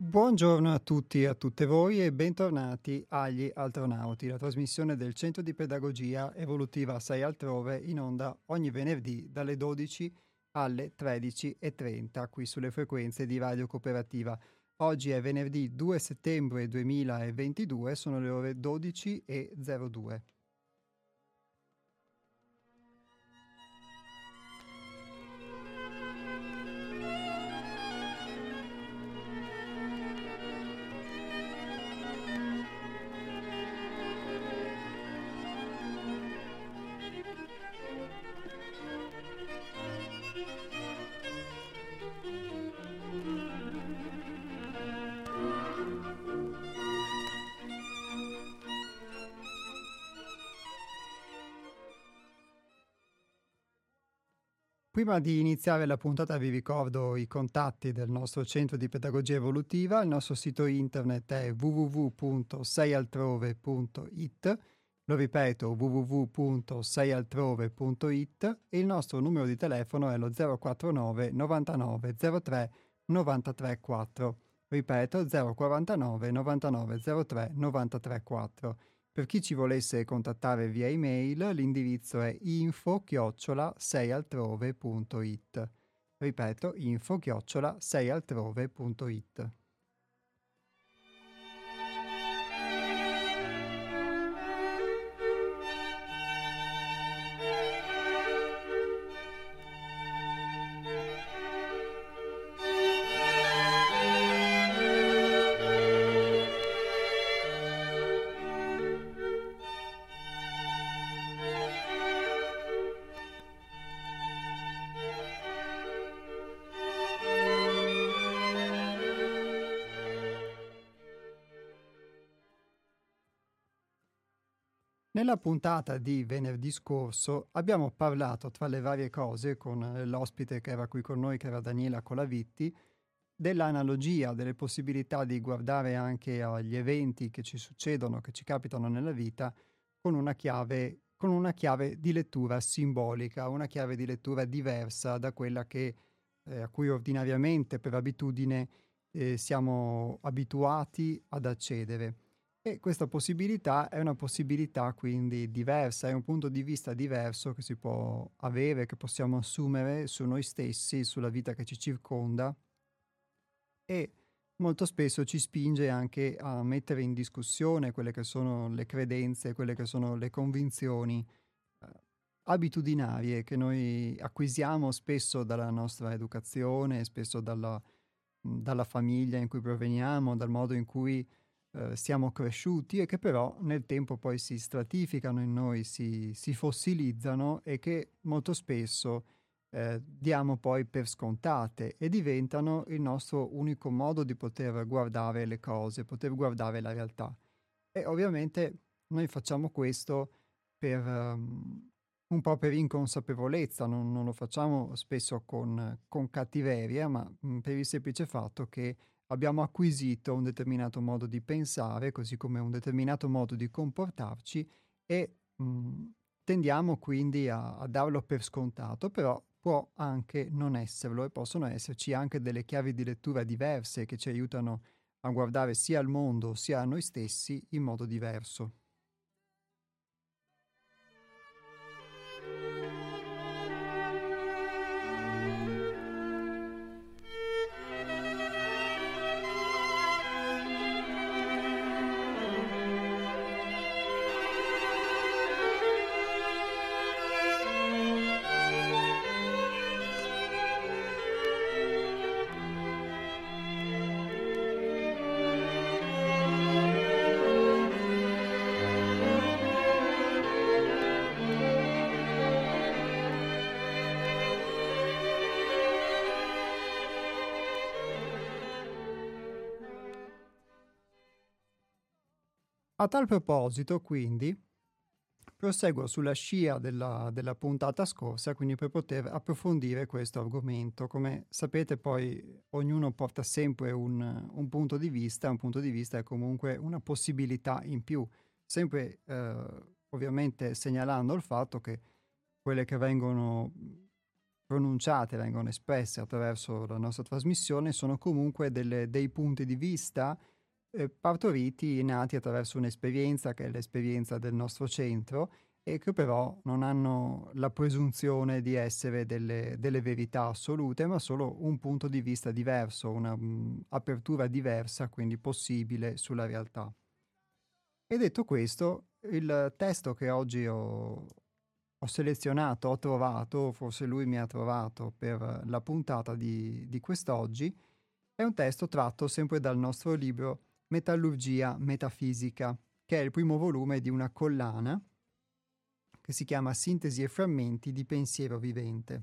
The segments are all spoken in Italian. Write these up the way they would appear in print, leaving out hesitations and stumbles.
Buongiorno a tutti e a tutte voi e bentornati agli Altronauti, la trasmissione del Centro di Pedagogia Evolutiva 6 Altrove in onda ogni venerdì dalle 12 alle 13:30 qui sulle frequenze di Radio Cooperativa. Oggi è venerdì 2 settembre 2022, sono le ore 12:02. Prima di iniziare la puntata vi ricordo i contatti del nostro centro di pedagogia evolutiva. Il nostro sito internet è www.seialtrove.it, lo ripeto www.seialtrove.it, e il nostro numero di telefono è lo 049 99 03 93 4. Ripeto 049 99 03 93 4. Per chi ci volesse contattare via email, l'indirizzo è info@seialtrove.it. Ripeto, info@seialtrove.it. Nella puntata di venerdì scorso abbiamo parlato, tra le varie cose, con l'ospite che era qui con noi, che era Daniela Colavitti, dell'analogia, delle possibilità di guardare anche agli eventi che ci succedono, che ci capitano nella vita, con una chiave di lettura simbolica, una chiave di lettura diversa da quella a cui ordinariamente, per abitudine, siamo abituati ad accedere. E questa possibilità è una possibilità quindi diversa, è un punto di vista diverso che si può avere, che possiamo assumere su noi stessi, sulla vita che ci circonda, e molto spesso ci spinge anche a mettere in discussione quelle che sono le credenze, quelle che sono le convinzioni eh, abitudinarie che noi acquisiamo spesso dalla nostra educazione, spesso dalla famiglia in cui proveniamo, dal modo in cui siamo cresciuti, e che però nel tempo poi si stratificano in noi, si fossilizzano, e che molto spesso diamo poi per scontate e diventano il nostro unico modo di poter guardare le cose, poter guardare la realtà. E ovviamente noi facciamo questo per un po' per inconsapevolezza, non lo facciamo spesso con cattiveria, ma per il semplice fatto che abbiamo acquisito un determinato modo di pensare, così come un determinato modo di comportarci, e tendiamo quindi a darlo per scontato, però può anche non esserlo, e possono esserci anche delle chiavi di lettura diverse che ci aiutano a guardare sia al mondo sia a noi stessi in modo diverso. A tal proposito, quindi, proseguo sulla scia della puntata scorsa, quindi per poter approfondire questo argomento. Come sapete, poi ognuno porta sempre un punto di vista. Un punto di vista è comunque una possibilità in più, sempre ovviamente segnalando il fatto che quelle che vengono pronunciate, vengono espresse attraverso la nostra trasmissione, sono comunque dei punti di vista partoriti, nati attraverso un'esperienza che è l'esperienza del nostro centro e che però non hanno la presunzione di essere delle verità assolute, ma solo un punto di vista diverso, una apertura diversa, quindi possibile sulla realtà. E detto questo, il testo che oggi ho selezionato, ho trovato, forse lui mi ha trovato per la puntata di quest'oggi, è un testo tratto sempre dal nostro libro Metallurgia Metafisica, che è il primo volume di una collana che si chiama Sintesi e frammenti di pensiero vivente.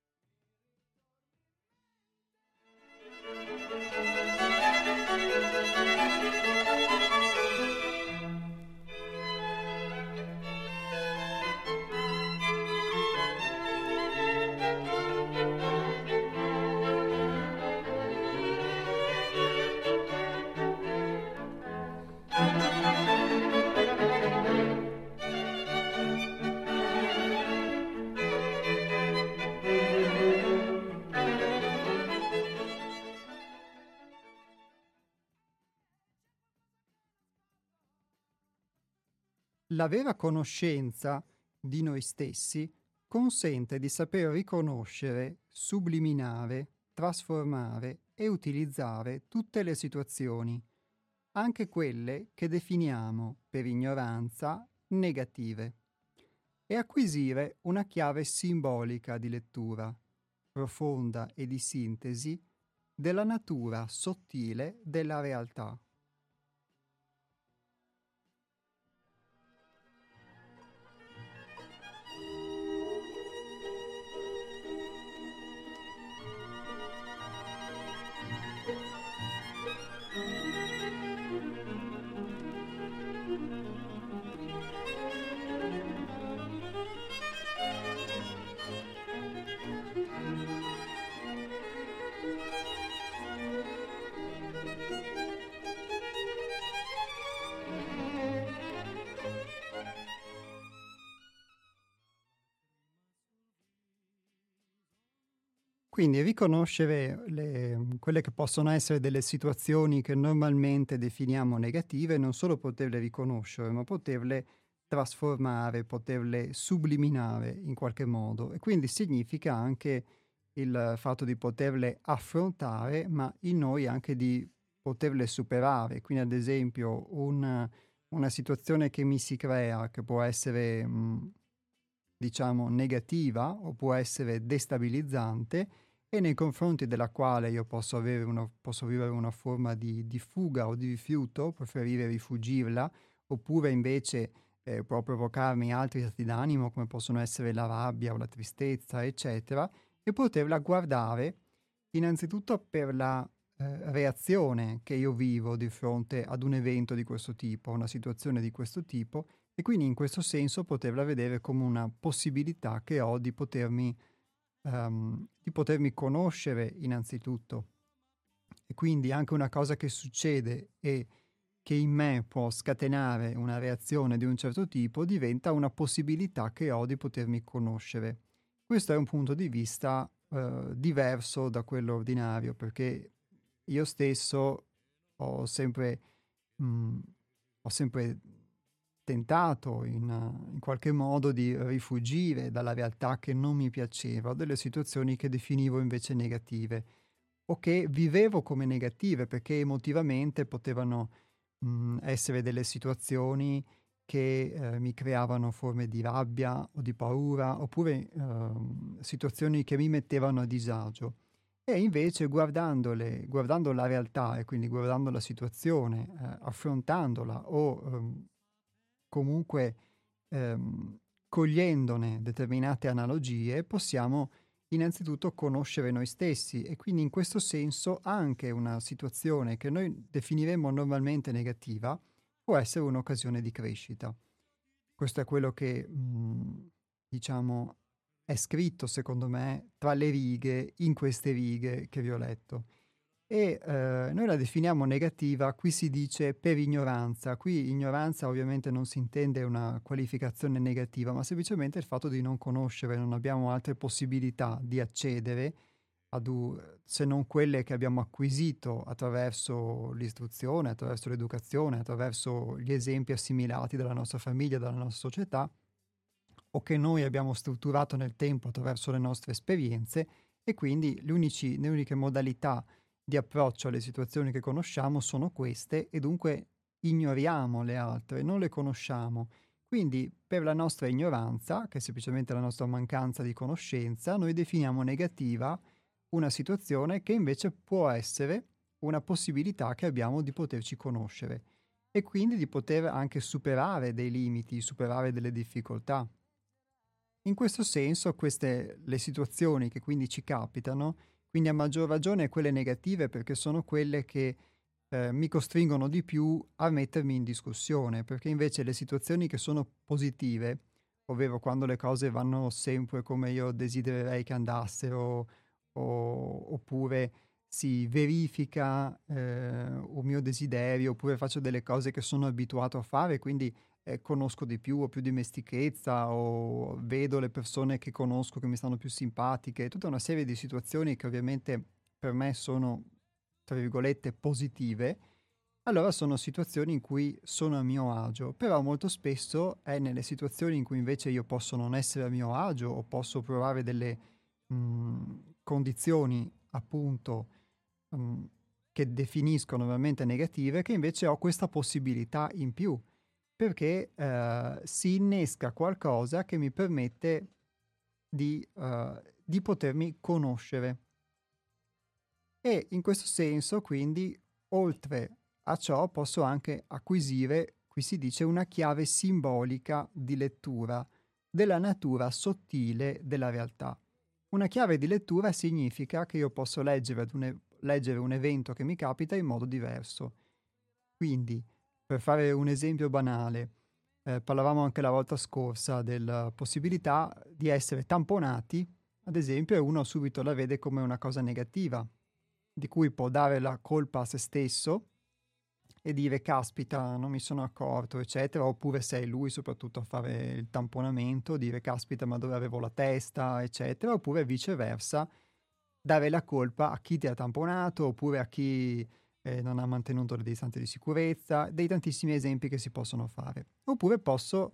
La vera conoscenza di noi stessi consente di saper riconoscere, subliminare, trasformare e utilizzare tutte le situazioni, anche quelle che definiamo, per ignoranza, negative, e acquisire una chiave simbolica di lettura, profonda e di sintesi, della natura sottile della realtà. Quindi riconoscere quelle che possono essere delle situazioni che normalmente definiamo negative, non solo poterle riconoscere, ma poterle trasformare, poterle subliminare in qualche modo. E quindi significa anche il fatto di poterle affrontare, ma in noi anche di poterle superare. Quindi ad esempio una situazione che mi si crea, che può essere diciamo negativa o può essere destabilizzante e nei confronti della quale io posso vivere una forma di fuga o di rifiuto, preferire rifugirla, oppure invece può provocarmi altri stati d'animo come possono essere la rabbia o la tristezza, eccetera, e poterla guardare innanzitutto per la reazione che io vivo di fronte ad un evento di questo tipo, una situazione di questo tipo, e quindi in questo senso poterla vedere come una possibilità che ho di potermi conoscere innanzitutto. E quindi anche una cosa che succede e che in me può scatenare una reazione di un certo tipo diventa una possibilità che ho di potermi conoscere. Questo è un punto di vista diverso da quello ordinario, perché io stesso ho sempre, mh, ho sempre tentato in qualche modo di rifugire dalla realtà che non mi piaceva, o delle situazioni che definivo invece negative o che vivevo come negative perché emotivamente potevano essere delle situazioni che mi creavano forme di rabbia o di paura oppure situazioni che mi mettevano a disagio. E invece guardando la realtà e quindi guardando la situazione, affrontandola o comunque cogliendone determinate analogie, possiamo innanzitutto conoscere noi stessi e quindi in questo senso anche una situazione che noi definiremmo normalmente negativa può essere un'occasione di crescita. Questo è quello che, diciamo, è scritto secondo me tra le righe, in queste righe che vi ho letto. e noi la definiamo negativa, qui si dice per ignoranza. Qui ignoranza ovviamente non si intende una qualificazione negativa, ma semplicemente il fatto di non conoscere, non abbiamo altre possibilità di accedere se non quelle che abbiamo acquisito attraverso l'istruzione, attraverso l'educazione, attraverso gli esempi assimilati dalla nostra famiglia, dalla nostra società, o che noi abbiamo strutturato nel tempo attraverso le nostre esperienze, e quindi le uniche modalità di approccio alle situazioni che conosciamo sono queste, e dunque ignoriamo le altre, non le conosciamo. Quindi per la nostra ignoranza, che è semplicemente la nostra mancanza di conoscenza, noi definiamo negativa una situazione che invece può essere una possibilità che abbiamo di poterci conoscere e quindi di poter anche superare dei limiti, superare delle difficoltà. In questo senso, queste le situazioni che quindi ci capitano, quindi a maggior ragione quelle negative, perché sono quelle che mi costringono di più a mettermi in discussione, perché invece le situazioni che sono positive, ovvero quando le cose vanno sempre come io desidererei che andassero, oppure si verifica un mio desiderio, oppure faccio delle cose che sono abituato a fare, quindi conosco di più, ho più dimestichezza, o vedo le persone che conosco che mi stanno più simpatiche, tutta una serie di situazioni che ovviamente per me sono, tra virgolette, positive. Allora sono situazioni in cui sono a mio agio, però molto spesso è nelle situazioni in cui invece io posso non essere a mio agio o posso provare delle condizioni appunto mh, che definisco normalmente negative, che invece ho questa possibilità in più, perché si innesca qualcosa che mi permette di potermi conoscere. E in questo senso, quindi, oltre a ciò, posso anche acquisire, qui si dice, una chiave simbolica di lettura della natura sottile della realtà. Una chiave di lettura significa che io posso leggere un evento che mi capita in modo diverso. Quindi, per fare un esempio banale, parlavamo anche la volta scorsa della possibilità di essere tamponati, ad esempio, e uno subito la vede come una cosa negativa, di cui può dare la colpa a se stesso e dire caspita, non mi sono accorto, eccetera, oppure se è lui soprattutto a fare il tamponamento, dire caspita, ma dove avevo la testa, eccetera, oppure viceversa, dare la colpa a chi ti ha tamponato, oppure a chi non ha mantenuto le distanze di sicurezza, dei tantissimi esempi che si possono fare. Oppure posso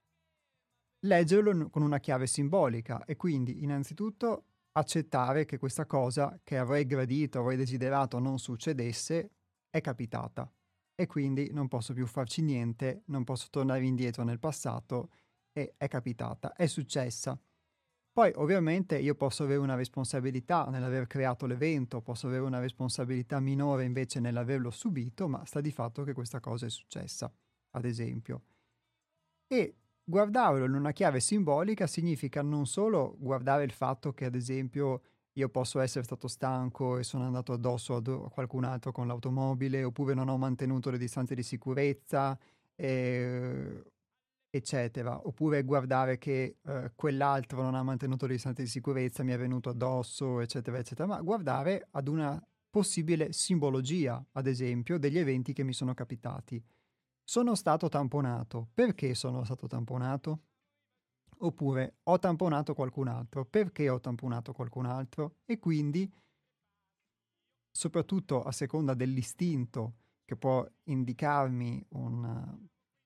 leggerlo con una chiave simbolica e quindi innanzitutto accettare che questa cosa che avrei gradito, avrei desiderato non succedesse, è capitata e quindi non posso più farci niente, non posso tornare indietro nel passato e è capitata, è successa. Poi ovviamente io posso avere una responsabilità nell'aver creato l'evento, posso avere una responsabilità minore invece nell'averlo subito, ma sta di fatto che questa cosa è successa, ad esempio. E guardarlo in una chiave simbolica significa non solo guardare il fatto che, ad esempio, io posso essere stato stanco e sono andato addosso a qualcun altro con l'automobile, oppure non ho mantenuto le distanze di sicurezza, eh, eccetera. Oppure guardare che quell'altro non ha mantenuto le distanze di sicurezza, mi è venuto addosso, eccetera, eccetera. Ma guardare ad una possibile simbologia, ad esempio, degli eventi che mi sono capitati. Sono stato tamponato. Perché sono stato tamponato? Oppure ho tamponato qualcun altro. Perché ho tamponato qualcun altro? E quindi, soprattutto a seconda dell'istinto che può indicarmi una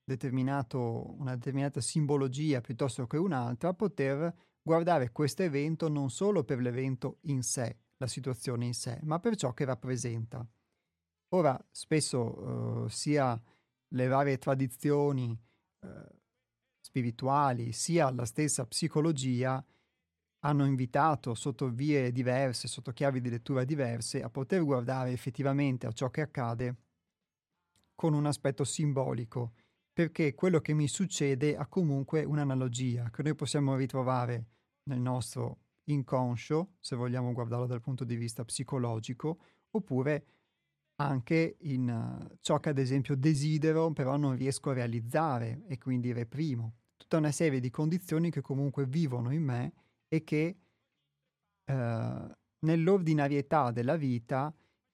determinata simbologia piuttosto che un'altra, poter guardare questo evento non solo per l'evento in sé, la situazione in sé, ma per ciò che rappresenta. Ora, spesso sia le varie tradizioni spirituali, sia la stessa psicologia hanno invitato sotto vie diverse, sotto chiavi di lettura diverse, a poter guardare effettivamente a ciò che accade con un aspetto simbolico, perché quello che mi succede ha comunque un'analogia che noi possiamo ritrovare nel nostro inconscio, se vogliamo guardarlo dal punto di vista psicologico, oppure anche in ciò che ad esempio desidero, però non riesco a realizzare e quindi reprimo. Tutta una serie di condizioni che comunque vivono in me e che nell'ordinarietà della vita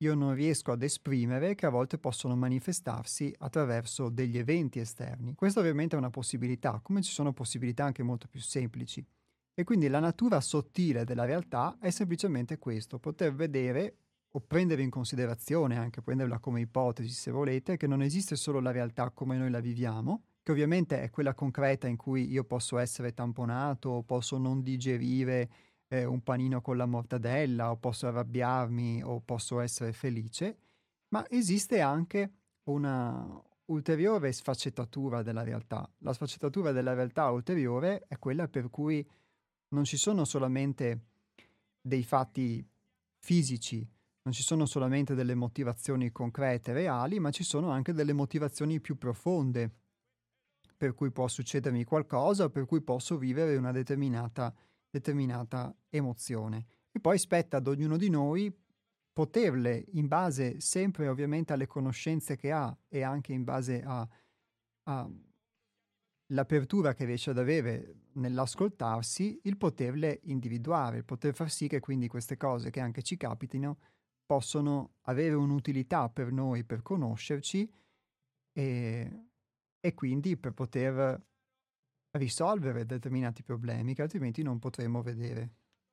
io non riesco ad esprimere, che a volte possono manifestarsi attraverso degli eventi esterni. Questa ovviamente è una possibilità, come ci sono possibilità anche molto più semplici. E quindi la natura sottile della realtà è semplicemente questo, poter vedere o prendere in considerazione, anche prenderla come ipotesi se volete, che non esiste solo la realtà come noi la viviamo, che ovviamente è quella concreta in cui io posso essere tamponato, o posso non digerire un panino con la mortadella, o posso arrabbiarmi, o posso essere felice, ma esiste anche una ulteriore sfaccettatura della realtà. La sfaccettatura della realtà ulteriore è quella per cui non ci sono solamente dei fatti fisici, non ci sono solamente delle motivazioni concrete, reali, ma ci sono anche delle motivazioni più profonde per cui può succedermi qualcosa, per cui posso vivere una determinata emozione. E poi spetta ad ognuno di noi poterle, in base sempre ovviamente alle conoscenze che ha e anche in base a l'apertura che riesce ad avere nell'ascoltarsi, il poterle individuare, il poter far sì che quindi queste cose che anche ci capitino possono avere un'utilità per noi, per conoscerci e, e quindi per poter risolvere determinati problemi che altrimenti non potremo vedere.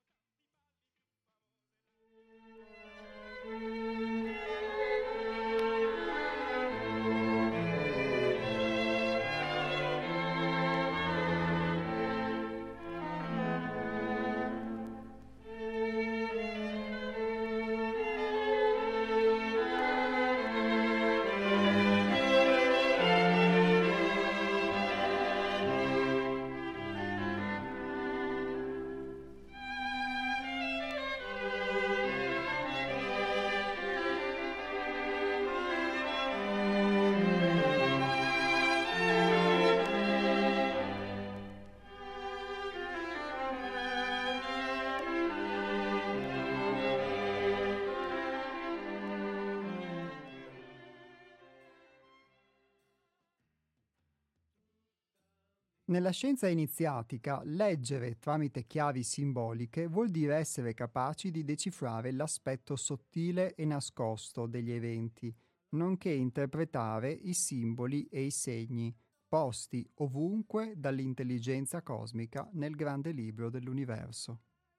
Nella scienza iniziatica, leggere tramite chiavi simboliche vuol dire essere capaci di decifrare l'aspetto sottile e nascosto degli eventi, nonché interpretare i simboli e i segni, posti ovunque dall'intelligenza cosmica nel grande libro dell'universo.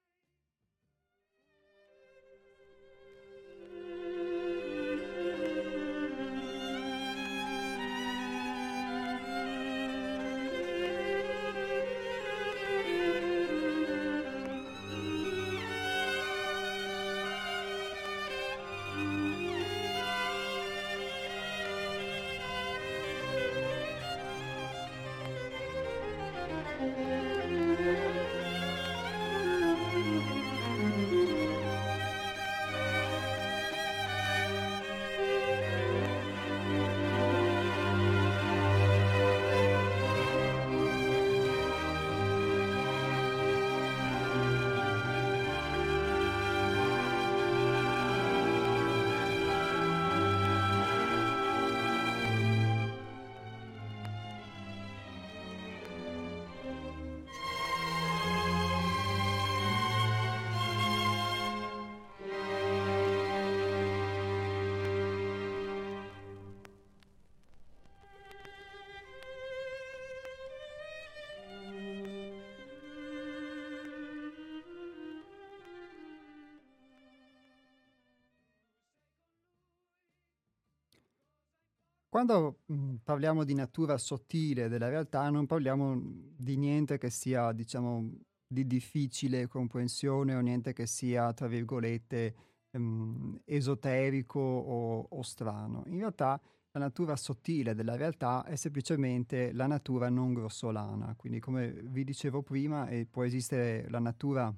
Quando parliamo di natura sottile della realtà, non parliamo di niente che sia, diciamo, di difficile comprensione o niente che sia, tra virgolette, esoterico o strano. In realtà la natura sottile della realtà è semplicemente la natura non grossolana. Quindi, come vi dicevo prima, può esistere la natura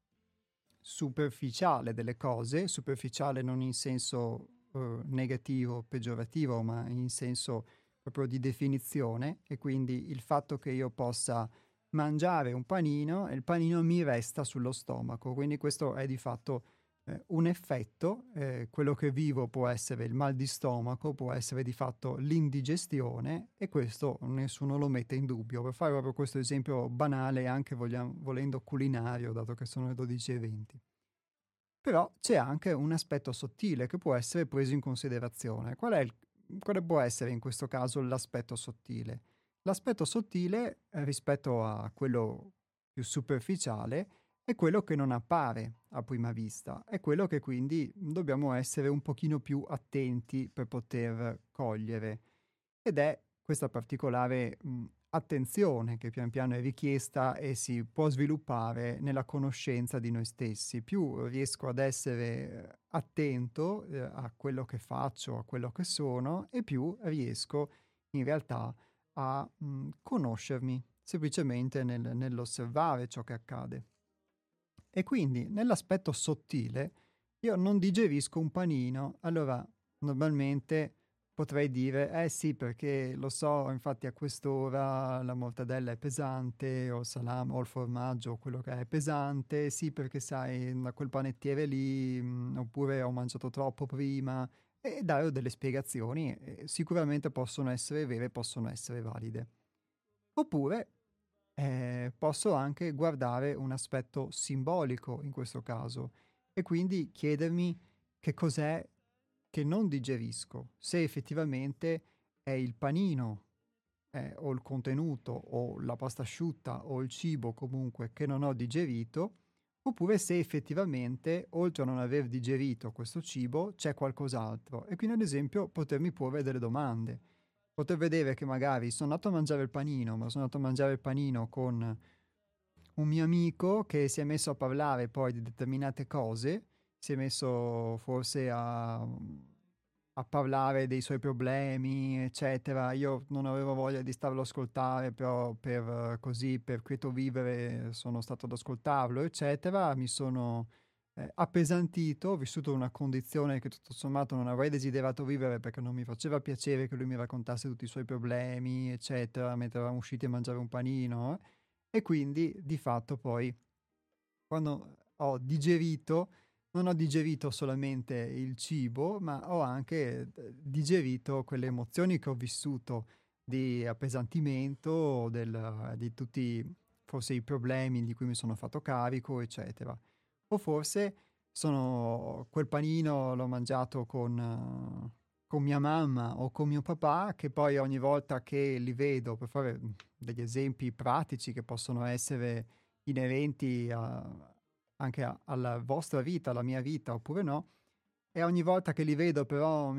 superficiale delle cose, superficiale non in senso negativo, peggiorativo, ma in senso proprio di definizione, e quindi il fatto che io possa mangiare un panino e il panino mi resta sullo stomaco, quindi questo è di fatto un effetto, quello che vivo può essere il mal di stomaco, può essere di fatto l'indigestione, e questo nessuno lo mette in dubbio. Per fare proprio questo esempio banale, anche volendo culinario, dato che sono le 12:20. Però c'è anche un aspetto sottile che può essere preso in considerazione. Quale può essere in questo caso l'aspetto sottile? L'aspetto sottile, rispetto a quello più superficiale, è quello che non appare a prima vista, è quello che quindi dobbiamo essere un pochino più attenti per poter cogliere. Ed è questa particolare attenzione che pian piano è richiesta e si può sviluppare nella conoscenza di noi stessi. Più riesco ad essere attento a quello che faccio, a quello che sono, e più riesco in realtà a conoscermi semplicemente nell'osservare ciò che accade. E quindi nell'aspetto sottile io non digerisco un panino, allora normalmente potrei dire: "Eh sì, perché lo so, infatti a quest'ora la mortadella è pesante, o il salame o il formaggio o quello che è pesante, sì perché sai da quel panettiere lì, oppure ho mangiato troppo prima", e dare delle spiegazioni, sicuramente possono essere vere, possono essere valide. Oppure posso anche guardare un aspetto simbolico in questo caso e quindi chiedermi che cos'è che non digerisco, se effettivamente è il panino, o il contenuto o la pasta asciutta o il cibo comunque che non ho digerito, oppure se effettivamente oltre a non aver digerito questo cibo c'è qualcos'altro e quindi ad esempio potermi porre delle domande. Poter vedere che magari sono andato a mangiare il panino, ma sono andato a mangiare il panino con un mio amico che si è messo a parlare poi di determinate cose, si è messo forse a parlare dei suoi problemi, eccetera. Io non avevo voglia di starlo a ascoltare, però così, per quieto vivere, sono stato ad ascoltarlo, eccetera. Mi sono appesantito, ho vissuto una condizione che tutto sommato non avrei desiderato vivere perché non mi faceva piacere che lui mi raccontasse tutti i suoi problemi, eccetera, mentre eravamo usciti a mangiare un panino. E quindi di fatto poi quando ho digerito, non ho digerito solamente il cibo, ma ho anche digerito quelle emozioni che ho vissuto di appesantimento, di tutti forse i problemi di cui mi sono fatto carico, eccetera. O forse quel panino l'ho mangiato con mia mamma o con mio papà, che poi ogni volta che li vedo, per fare degli esempi pratici che possono essere inerenti anche alla vostra vita, alla mia vita oppure no, e ogni volta che li vedo però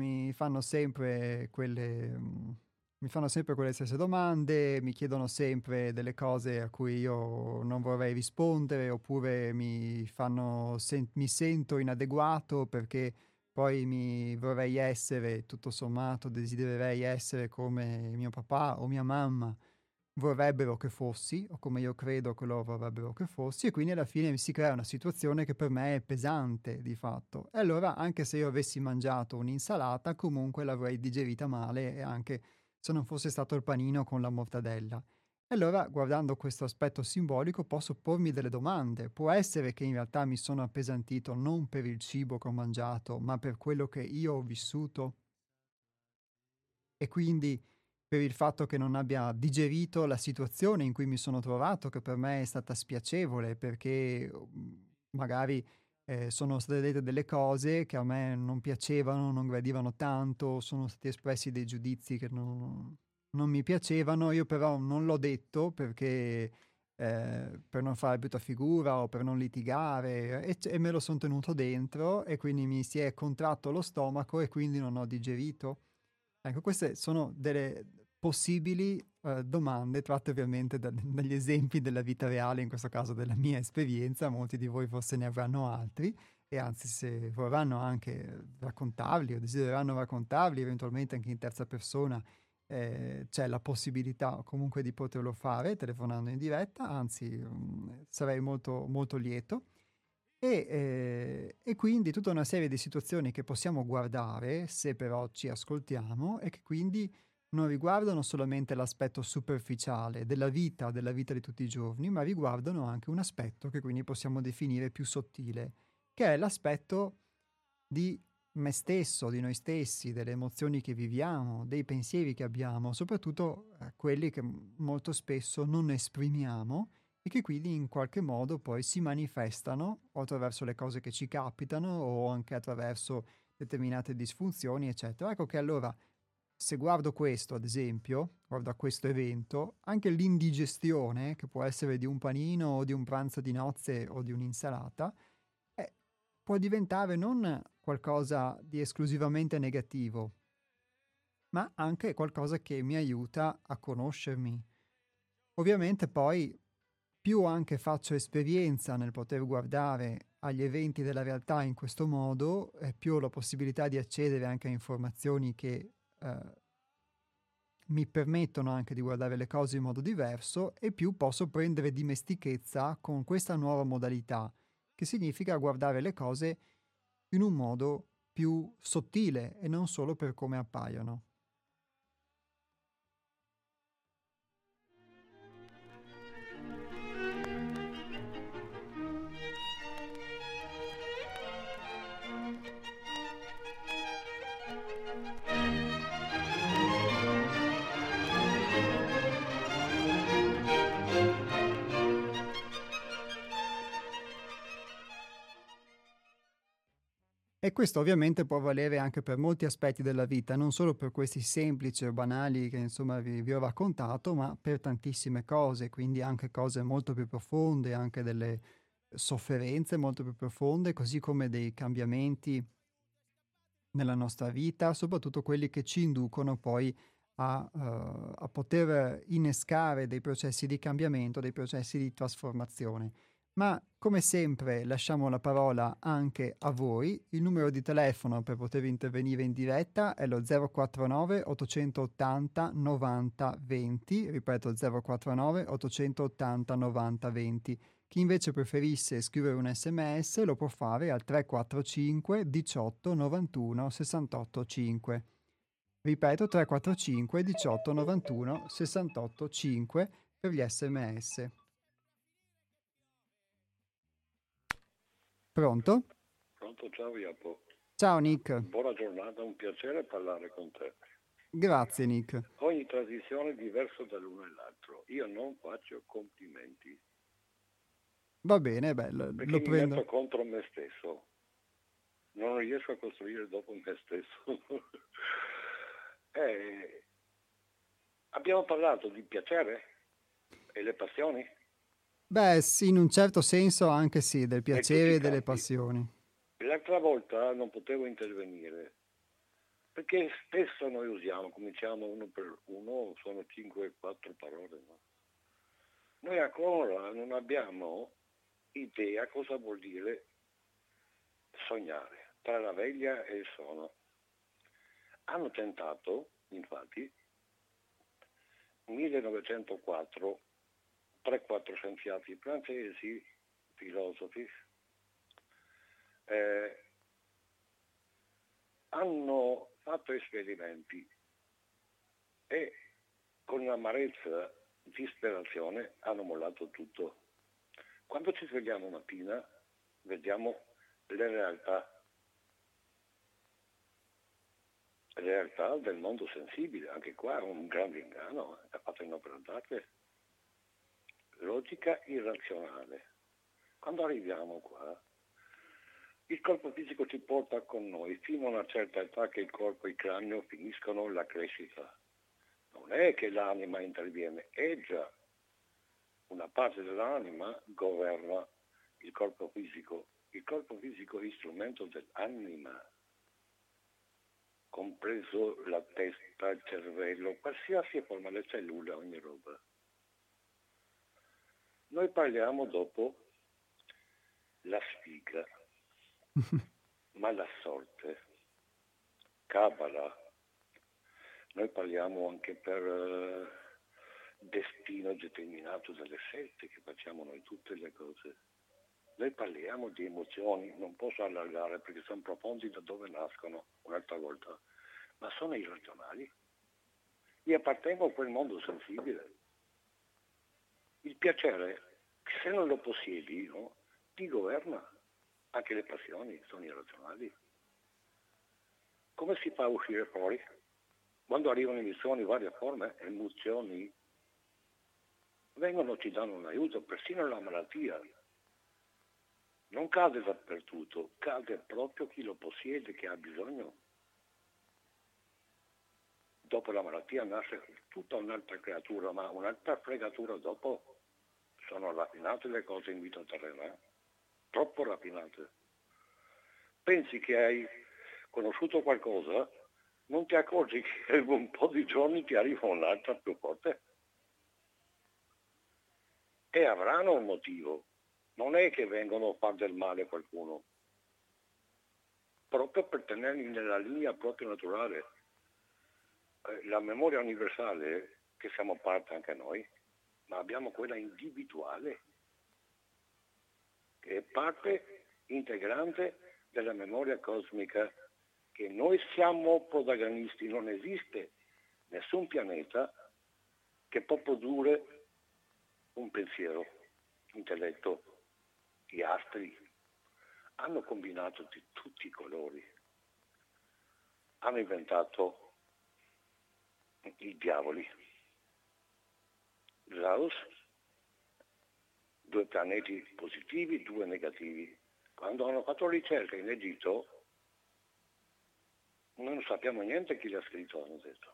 mi fanno sempre quelle stesse domande, mi chiedono sempre delle cose a cui io non vorrei rispondere, oppure mi sento inadeguato perché poi mi vorrei essere, tutto sommato, desidererei essere come mio papà o mia mamma vorrebbero che fossi, o come io credo che loro vorrebbero che fossi, e quindi alla fine si crea una situazione che per me è pesante di fatto. E allora, anche se io avessi mangiato un'insalata, comunque l'avrei digerita male, e anche se non fosse stato il panino con la mortadella. E allora, guardando questo aspetto simbolico, posso pormi delle domande. Può essere che in realtà mi sono appesantito non per il cibo che ho mangiato, ma per quello che io ho vissuto? E quindi per il fatto che non abbia digerito la situazione in cui mi sono trovato, che per me è stata spiacevole perché, magari, sono state dette delle cose che a me non piacevano, non gradivano tanto, sono stati espressi dei giudizi che non mi piacevano, io però non l'ho detto perché per non fare brutta figura o per non litigare, e me lo son tenuto dentro e quindi mi si è contratto lo stomaco e quindi non ho digerito. Ecco, queste sono delle possibili, domande tratte ovviamente dagli esempi della vita reale, in questo caso della mia esperienza, molti di voi forse ne avranno altri e anzi se vorranno anche raccontarli o desidereranno raccontarli, eventualmente anche in terza persona, c'è la possibilità comunque di poterlo fare telefonando in diretta, anzi, sarei molto, molto lieto. E quindi tutta una serie di situazioni che possiamo guardare, se però ci ascoltiamo, e che quindi non riguardano solamente l'aspetto superficiale della vita di tutti i giorni, ma riguardano anche un aspetto che quindi possiamo definire più sottile, che è l'aspetto di me stesso, di noi stessi, delle emozioni che viviamo, dei pensieri che abbiamo, soprattutto quelli che molto spesso non esprimiamo e che quindi in qualche modo poi si manifestano o attraverso le cose che ci capitano o anche attraverso determinate disfunzioni, eccetera. Ecco che allora se guardo questo, ad esempio, guardo a questo evento, anche l'indigestione, che può essere di un panino o di un pranzo di nozze o di un'insalata, può diventare non qualcosa di esclusivamente negativo, ma anche qualcosa che mi aiuta a conoscermi. Ovviamente poi più anche faccio esperienza nel poter guardare agli eventi della realtà in questo modo, più ho la possibilità di accedere anche a informazioni che mi permettono anche di guardare le cose in modo diverso e più posso prendere dimestichezza con questa nuova modalità, che significa guardare le cose in un modo più sottile e non solo per come appaiono. E questo ovviamente può valere anche per molti aspetti della vita, non solo per questi semplici o banali che insomma vi ho raccontato, ma per tantissime cose, quindi anche cose molto più profonde, anche delle sofferenze molto più profonde, così come dei cambiamenti nella nostra vita, soprattutto quelli che ci inducono poi a poter innescare dei processi di cambiamento, dei processi di trasformazione. Ma come sempre lasciamo la parola anche a voi. Il numero di telefono per poter intervenire in diretta è lo 049 880 90 20, ripeto 049 880 90 20. Chi invece preferisse scrivere un SMS lo può fare al 345 18 91 68 5. Ripeto 345 18 91 68 5 per gli SMS. Pronto? Pronto, ciao Iapo. Ciao Nick. Buona giornata, un piacere parlare con te. Grazie Nick. Ogni trasmissione è diversa dall'uno e l'altro. Io non faccio complimenti Va bene, beh, perché lo mi prendo. metto contro me stesso. Non riesco a costruire dopo me stesso. Eh, abbiamo parlato di piacere e le passioni Beh, sì, in un certo senso anche sì, del in tutti piacere i e delle campi. passioni. L'altra volta non potevo intervenire perché spesso noi usiamo, cominciamo uno per uno, sono 5-4 parole, no? Noi ancora non abbiamo idea cosa vuol dire sognare, tra la veglia e il sonno. Hanno tentato, infatti, 1904, 3-4 scienziati francesi, filosofi, hanno fatto esperimenti e con amarezza, disperazione, hanno mollato tutto. Quando ci svegliamo mattina, vediamo le realtà del mondo sensibile, anche qua è un grande inganno, è fatto in opera d'arte. Logica irrazionale. Quando arriviamo qua, il corpo fisico ci porta con noi fino a una certa età che il corpo e il cranio finiscono la crescita. Non è che l'anima interviene, è già una parte dell'anima governa il corpo fisico. Il corpo fisico è strumento dell'anima, compreso la testa, il cervello, qualsiasi forma, le cellule, ogni roba. Noi parliamo dopo la sfiga, ma la sorte, Kabbalah. Noi parliamo anche per destino determinato dalle scelte che facciamo noi tutte le cose. Noi parliamo di emozioni, non posso allargare perché sono profondi da dove nascono un'altra volta, ma sono irrazionali. Io appartengo a quel mondo sensibile. Il piacere, se non lo possiedi, no, ti governa. Anche le passioni sono irrazionali. Come si fa a uscire fuori? Quando arrivano emozioni, varie forme, emozioni, vengono, ti danno un aiuto, persino la malattia. Non cade dappertutto, cade proprio chi lo possiede, che ha bisogno. Dopo la malattia nasce tutta un'altra creatura, ma un'altra fregatura dopo. Sono raffinate le cose in vita terrena, troppo raffinate. Pensi che hai conosciuto qualcosa, non ti accorgi che in un po' di giorni ti arriva un'altra più forte. E avranno un motivo. Non è che vengono a fare del male a qualcuno. Proprio per tenerli nella linea proprio naturale. La memoria universale, che siamo parte anche noi, ma abbiamo quella individuale, che è parte integrante della memoria cosmica, che noi siamo protagonisti. Non esiste nessun pianeta che può produrre un pensiero, intelletto. Gli astri hanno combinato di tutti i colori, hanno inventato i diavoli, Laos, 2 pianeti positivi, 2 negativi. Quando hanno fatto ricerca in Egitto, noi non sappiamo niente chi l'ha scritto, hanno detto.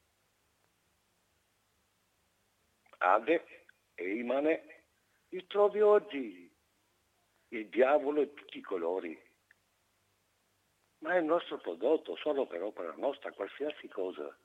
Ade e Imane li trovi oggi, il diavolo e tutti i colori. Ma è il nostro prodotto, solo per opera nostra, qualsiasi cosa.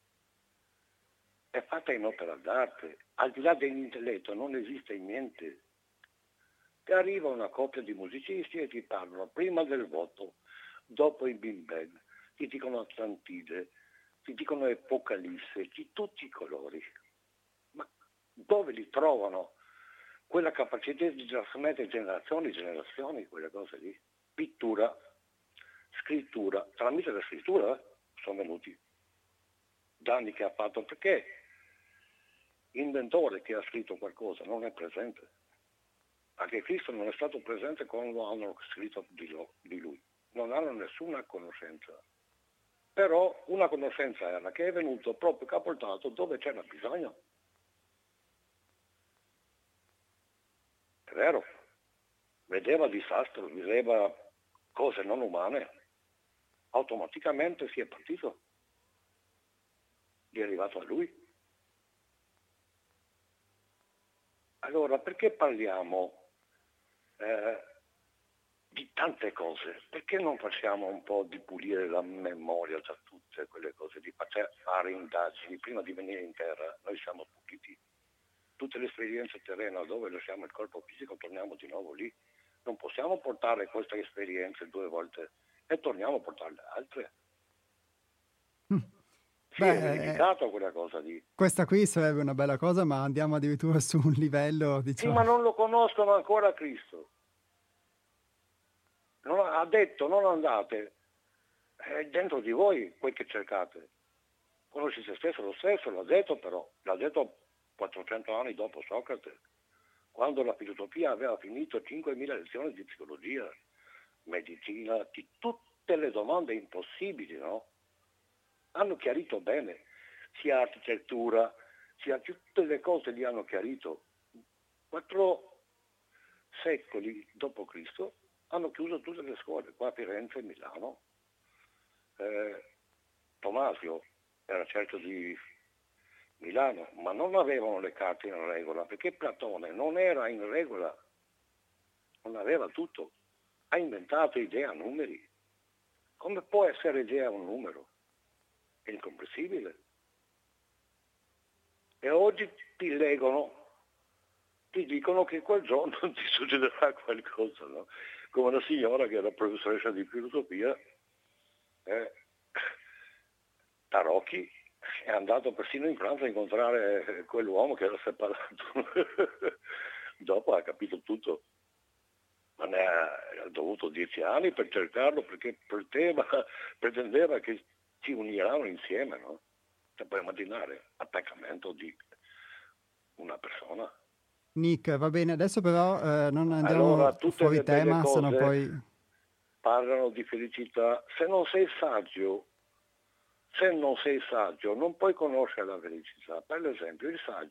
È fatta in opera d'arte. Al di là dell'intelletto non esiste niente. Ti arriva una coppia di musicisti e ti parlano prima del voto, dopo il Big Bang, ti dicono Atlantide, ti dicono Epocalisse, di tutti i colori. Ma dove li trovano? Quella capacità di trasmettere generazioni e generazioni, quelle cose lì. Pittura, scrittura, tramite la scrittura sono venuti. Danni che ha fatto, perché l'inventore che ha scritto qualcosa non è presente. Anche Cristo non è stato presente quando hanno scritto di lui. Non hanno nessuna conoscenza. Però una conoscenza era che è venuto proprio che ha portato dove c'era bisogno. È vero. Vedeva disastro, vedeva cose non umane. Automaticamente si è partito. Gli è arrivato a lui. Allora, perché parliamo di tante cose? Perché non facciamo un po' di pulire la memoria da tutte quelle cose, di fare indagini? Prima di venire in terra noi siamo puliti. Tutte le esperienze terrene dove lasciamo il corpo fisico torniamo di nuovo lì. Non possiamo portare queste esperienze 2 volte e torniamo a portarle altre. Si è verificato quella cosa lì. Questa qui sarebbe una bella cosa, ma andiamo addirittura su un livello, diciamo... Sì, ma non lo conoscono ancora Cristo. Ha detto non andate, è dentro di voi quel che cercate. Conosci se stesso, lo stesso, l'ha detto però, l'ha detto 400 anni dopo Socrate, quando la filosofia aveva finito 5.000 lezioni di psicologia, medicina, di tutte le domande impossibili, no? Hanno chiarito bene, sia architettura, sia tutte le cose li hanno chiarito. 4 secoli dopo Cristo hanno chiuso tutte le scuole, qua a Firenze e Milano. Tomasio era certo di Milano, ma non avevano le carte in regola, perché Platone non era in regola, non aveva tutto, ha inventato idee a numeri. Come può essere idea un numero? È incomprensibile. E oggi ti leggono, ti dicono che quel giorno ti succederà qualcosa, no? Come una signora che era professoressa di filosofia, Tarocchi, è andato persino in Francia a incontrare quell'uomo che era separato. Dopo ha capito tutto, ma ne ha dovuto 10 anni per cercarlo, perché pretendeva che ci uniranno insieme, no? Cioè, puoi immaginare l'attaccamento di una persona. Nick, va bene, adesso però non andiamo Allora, tutte fuori le belle tema, sennò cose poi... parlano di felicità. Se non sei saggio non puoi conoscere la felicità. Per esempio, il saggio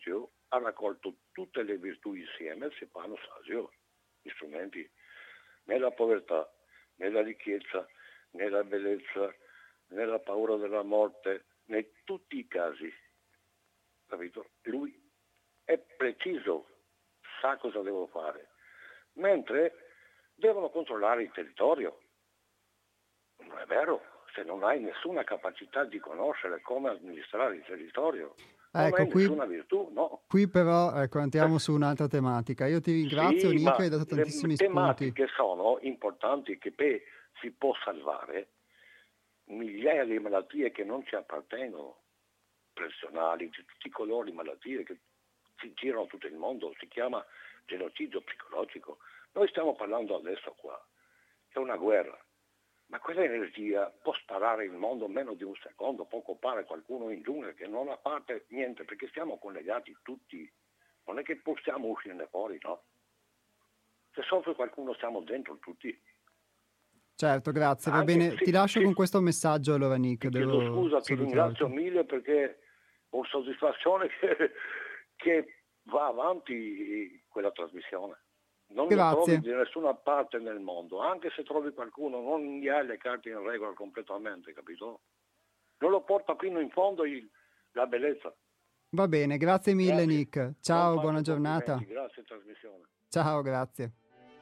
ha raccolto tutte le virtù insieme, si fanno sagio, gli strumenti, nella povertà, nella ricchezza, nella bellezza, nella paura della morte, in tutti i casi, capito? Lui è preciso, sa cosa devo fare, mentre devono controllare il territorio. Non è vero, se non hai nessuna capacità di conoscere come amministrare il territorio, non Ecco, hai nessuna virtù, no. qui però entriamo su un'altra tematica. Io ti ringrazio, Sì, Nick, ma hai dato le tantissimi spunti. tematiche sono importanti che si può salvare migliaia di malattie che non ci appartengono, personali, di tutti i colori, malattie che si girano tutto il mondo, si chiama genocidio psicologico. Noi stiamo parlando adesso qua, c'è una guerra, ma quella energia può sparare il mondo in meno di un secondo, può occupare qualcuno in giungla che non ha parte niente, perché siamo collegati tutti, non è che possiamo uscirne fuori, no? Se soffre qualcuno siamo dentro tutti. Certo, grazie, va Anche, bene. Ti lascio con questo messaggio allora, Nick, ti chiedo devo scusa, ti ringrazio salutarti. mille perché ho soddisfazione che va avanti quella trasmissione. Non lo trovi Grazie. di nessuna parte nel mondo, anche se trovi qualcuno, non gli hai le carte in regola completamente, capito? Non lo porta fino in fondo la bellezza. Va bene, grazie mille, Grazie, Nick. non Ciao, buona faccio giornata. complimenti, grazie trasmissione. Ciao, grazie.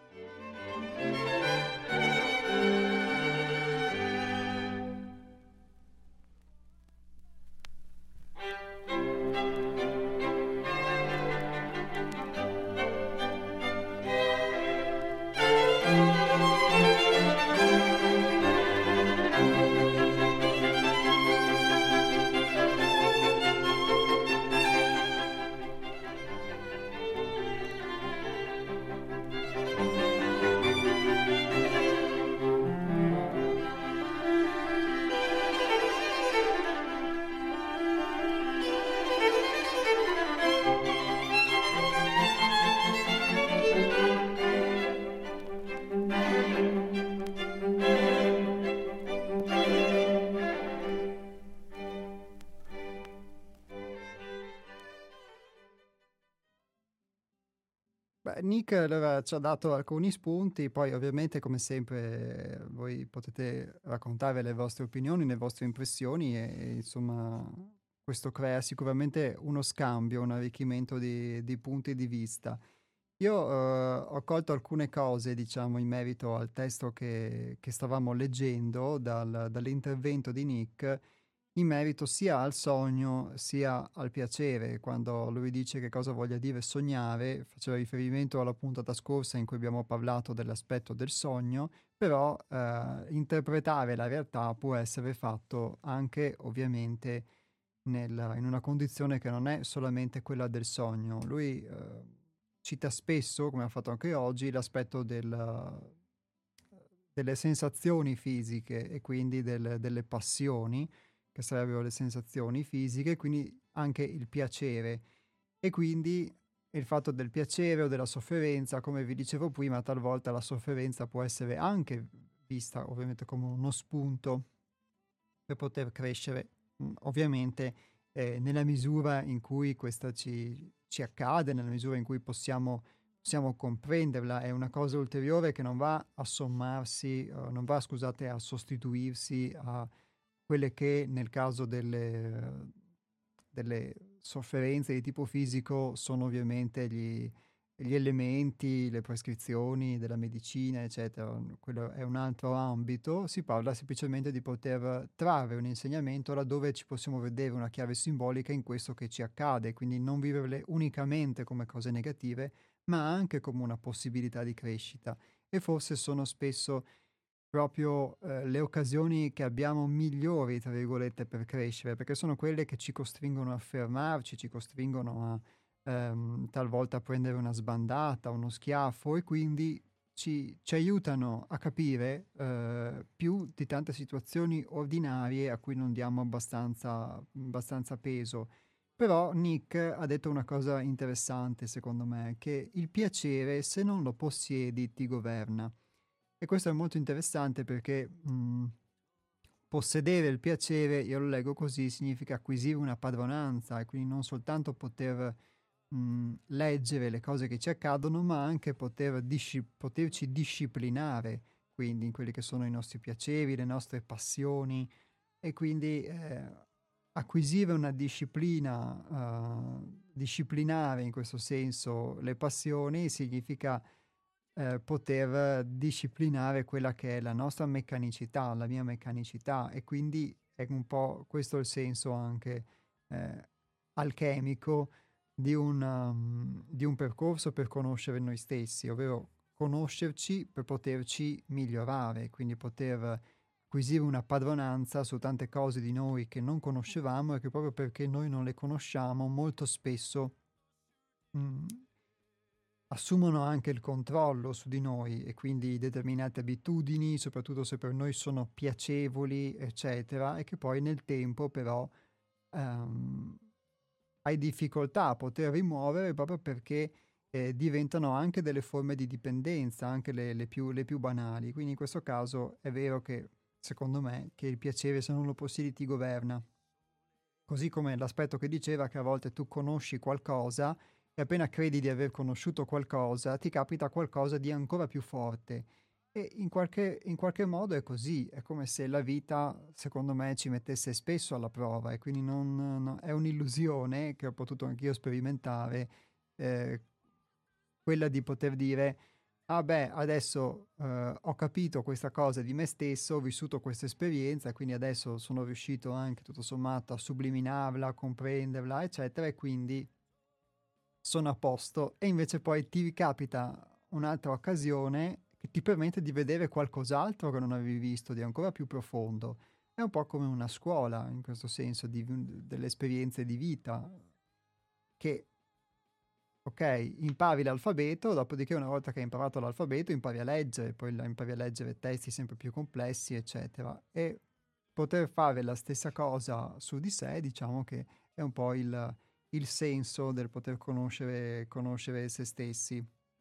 Beh, Nick allora ci ha dato alcuni spunti, poi ovviamente come sempre voi potete raccontare le vostre opinioni, le vostre impressioni e insomma questo crea sicuramente uno scambio, un arricchimento di punti di vista. Io ho colto alcune cose, diciamo, in merito al testo che stavamo leggendo dall'intervento di Nick in merito sia al sogno sia al piacere. Quando lui dice che cosa voglia dire sognare, faceva riferimento alla puntata scorsa in cui abbiamo parlato dell'aspetto del sogno, però interpretare la realtà può essere fatto anche ovviamente in una condizione che non è solamente quella del sogno. Lui cita spesso, come ha fatto anche oggi, l'aspetto delle sensazioni fisiche e quindi delle passioni, che sarebbero le sensazioni fisiche, quindi anche il piacere. E quindi il fatto del piacere o della sofferenza, come vi dicevo prima, talvolta la sofferenza può essere anche vista ovviamente come uno spunto per poter crescere, ovviamente nella misura in cui questa ci accade, nella misura in cui possiamo comprenderla, è una cosa ulteriore che non va a sommarsi, non va, scusate, a sostituirsi a quelle che nel caso delle sofferenze di tipo fisico sono ovviamente gli elementi, le prescrizioni della medicina, eccetera. Quello è un altro ambito. Si parla semplicemente di poter trarre un insegnamento laddove ci possiamo vedere una chiave simbolica in questo che ci accade, quindi non viverle unicamente come cose negative, ma anche come una possibilità di crescita. E forse sono spesso proprio le occasioni che abbiamo migliori, tra virgolette, per crescere, perché sono quelle che ci costringono a fermarci, ci costringono a talvolta prendere una sbandata, uno schiaffo e quindi ci aiutano a capire più di tante situazioni ordinarie a cui non diamo abbastanza peso. Però Nick ha detto una cosa interessante, secondo me, che il piacere, se non lo possiedi, ti governa. E questo è molto interessante perché possedere il piacere, io lo leggo così, significa acquisire una padronanza e quindi non soltanto poter leggere le cose che ci accadono, ma anche poterci disciplinare, quindi in quelli che sono i nostri piaceri, le nostre passioni, e quindi acquisire una disciplina, disciplinare in questo senso le passioni significa poter disciplinare quella che è la nostra meccanicità, la mia meccanicità, e quindi è un po' questo il senso anche eh, alchemico di un percorso per conoscere noi stessi, ovvero conoscerci per poterci migliorare, quindi poter acquisire una padronanza su tante cose di noi che non conoscevamo e che proprio perché noi non le conosciamo molto spesso mh, assumono anche il controllo su di noi e quindi determinate abitudini, soprattutto se per noi sono piacevoli, eccetera, e che poi nel tempo però ehm, hai difficoltà a poter rimuovere proprio perché diventano anche delle forme di dipendenza, anche le più banali. Quindi in questo caso è vero che, secondo me, che il piacere se non lo possiedi ti governa. Così come l'aspetto che diceva che a volte tu conosci qualcosa e appena credi di aver conosciuto qualcosa, ti capita qualcosa di ancora più forte. E in qualche modo è così, è come se la vita, secondo me, ci mettesse spesso alla prova e quindi è un'illusione che ho potuto anch'io sperimentare, eh, quella di poter dire, ah beh, adesso ho capito questa cosa di me stesso, ho vissuto questa esperienza, quindi adesso sono riuscito anche tutto sommato a subliminarla, a comprenderla, eccetera, e quindi sono a posto. E invece poi ti ricapita un'altra occasione che ti permette di vedere qualcos'altro che non avevi visto, di ancora più profondo. È un po' come una scuola, in questo senso, delle esperienze di vita, che ok, impari l'alfabeto, dopodiché una volta che hai imparato l'alfabeto impari a leggere, poi impari a leggere testi sempre più complessi, eccetera. E poter fare la stessa cosa su di sé, diciamo che è un po' il senso del poter conoscere se stessi.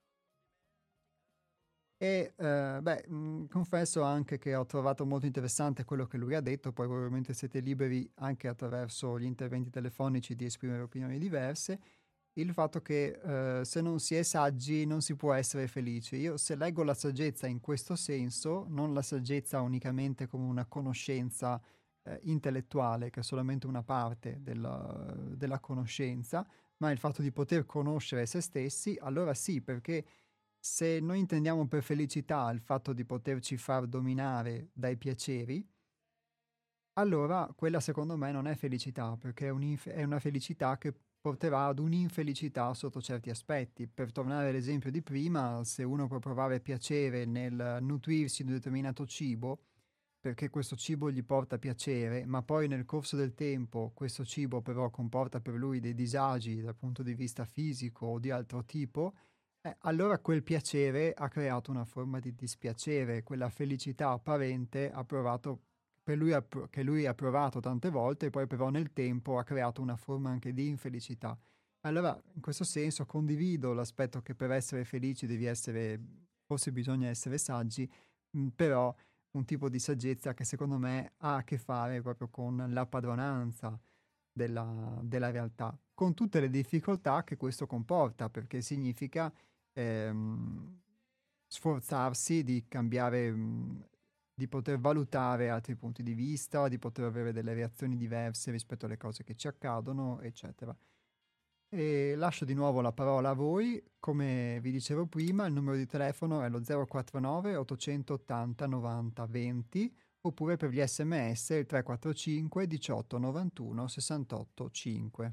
E beh, confesso anche che ho trovato molto interessante quello che lui ha detto, poi ovviamente siete liberi anche attraverso gli interventi telefonici di esprimere opinioni diverse, il fatto che se non si è saggi non si può essere felici. Io se leggo la saggezza in questo senso, non la saggezza unicamente come una conoscenza intellettuale, che è solamente una parte della conoscenza, ma il fatto di poter conoscere se stessi, allora sì, perché se noi intendiamo per felicità il fatto di poterci far dominare dai piaceri, allora quella secondo me non è felicità, perché è una felicità che porterà ad un'infelicità sotto certi aspetti. Per tornare all'esempio di prima, se uno può provare piacere nel nutrirsi di un determinato cibo, perché questo cibo gli porta piacere, ma poi nel corso del tempo questo cibo però comporta per lui dei disagi dal punto di vista fisico o di altro tipo, allora quel piacere ha creato una forma di dispiacere, quella felicità apparente ha provato, che lui ha provato tante volte, poi però nel tempo ha creato una forma anche di infelicità. Allora, in questo senso condivido l'aspetto che per essere felici devi essere, forse bisogna essere saggi, però un tipo di saggezza che secondo me ha a che fare proprio con la padronanza della realtà, con tutte le difficoltà che questo comporta, perché significa ehm, sforzarsi di cambiare, di poter valutare altri punti di vista, di poter avere delle reazioni diverse rispetto alle cose che ci accadono, eccetera. E lascio di nuovo la parola a voi. Come vi dicevo prima, il numero di telefono è lo 049 880 90 20 oppure per gli sms il 345 18 91 68 5.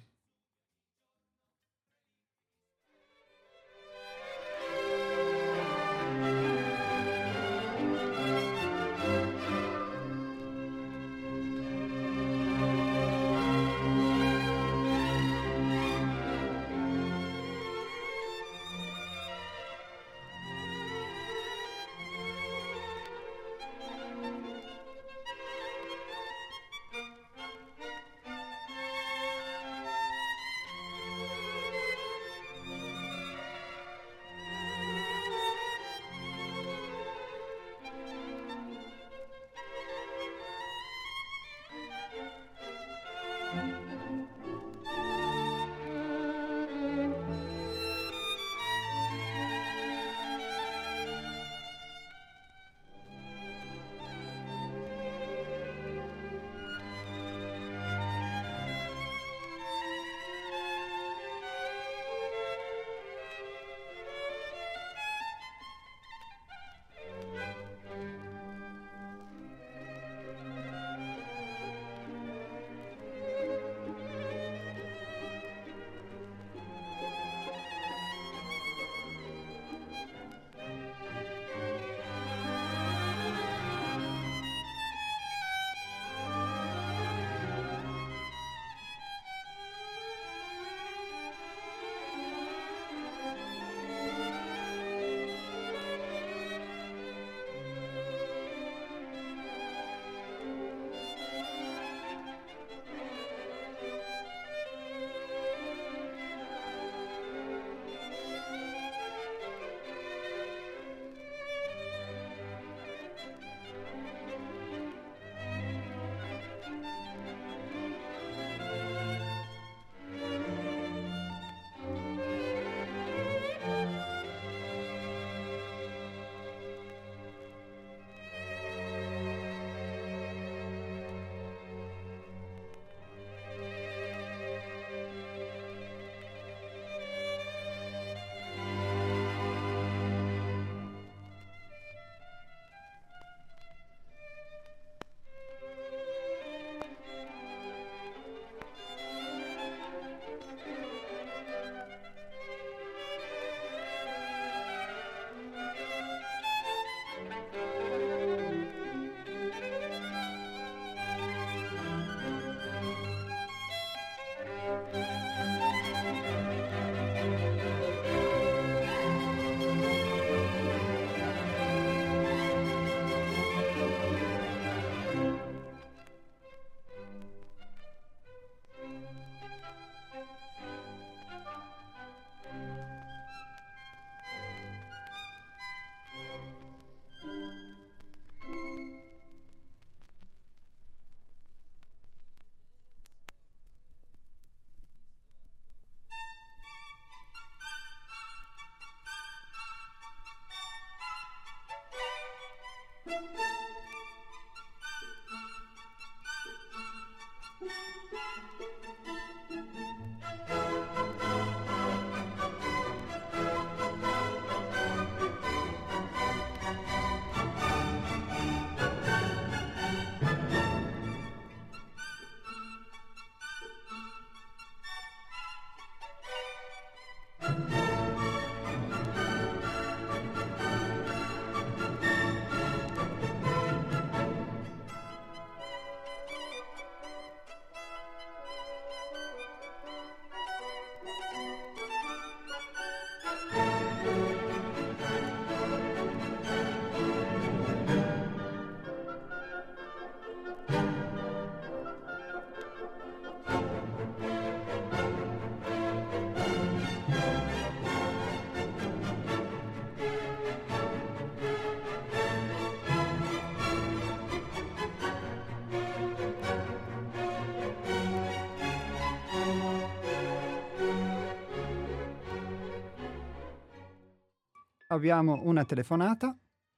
Abbiamo una telefonata.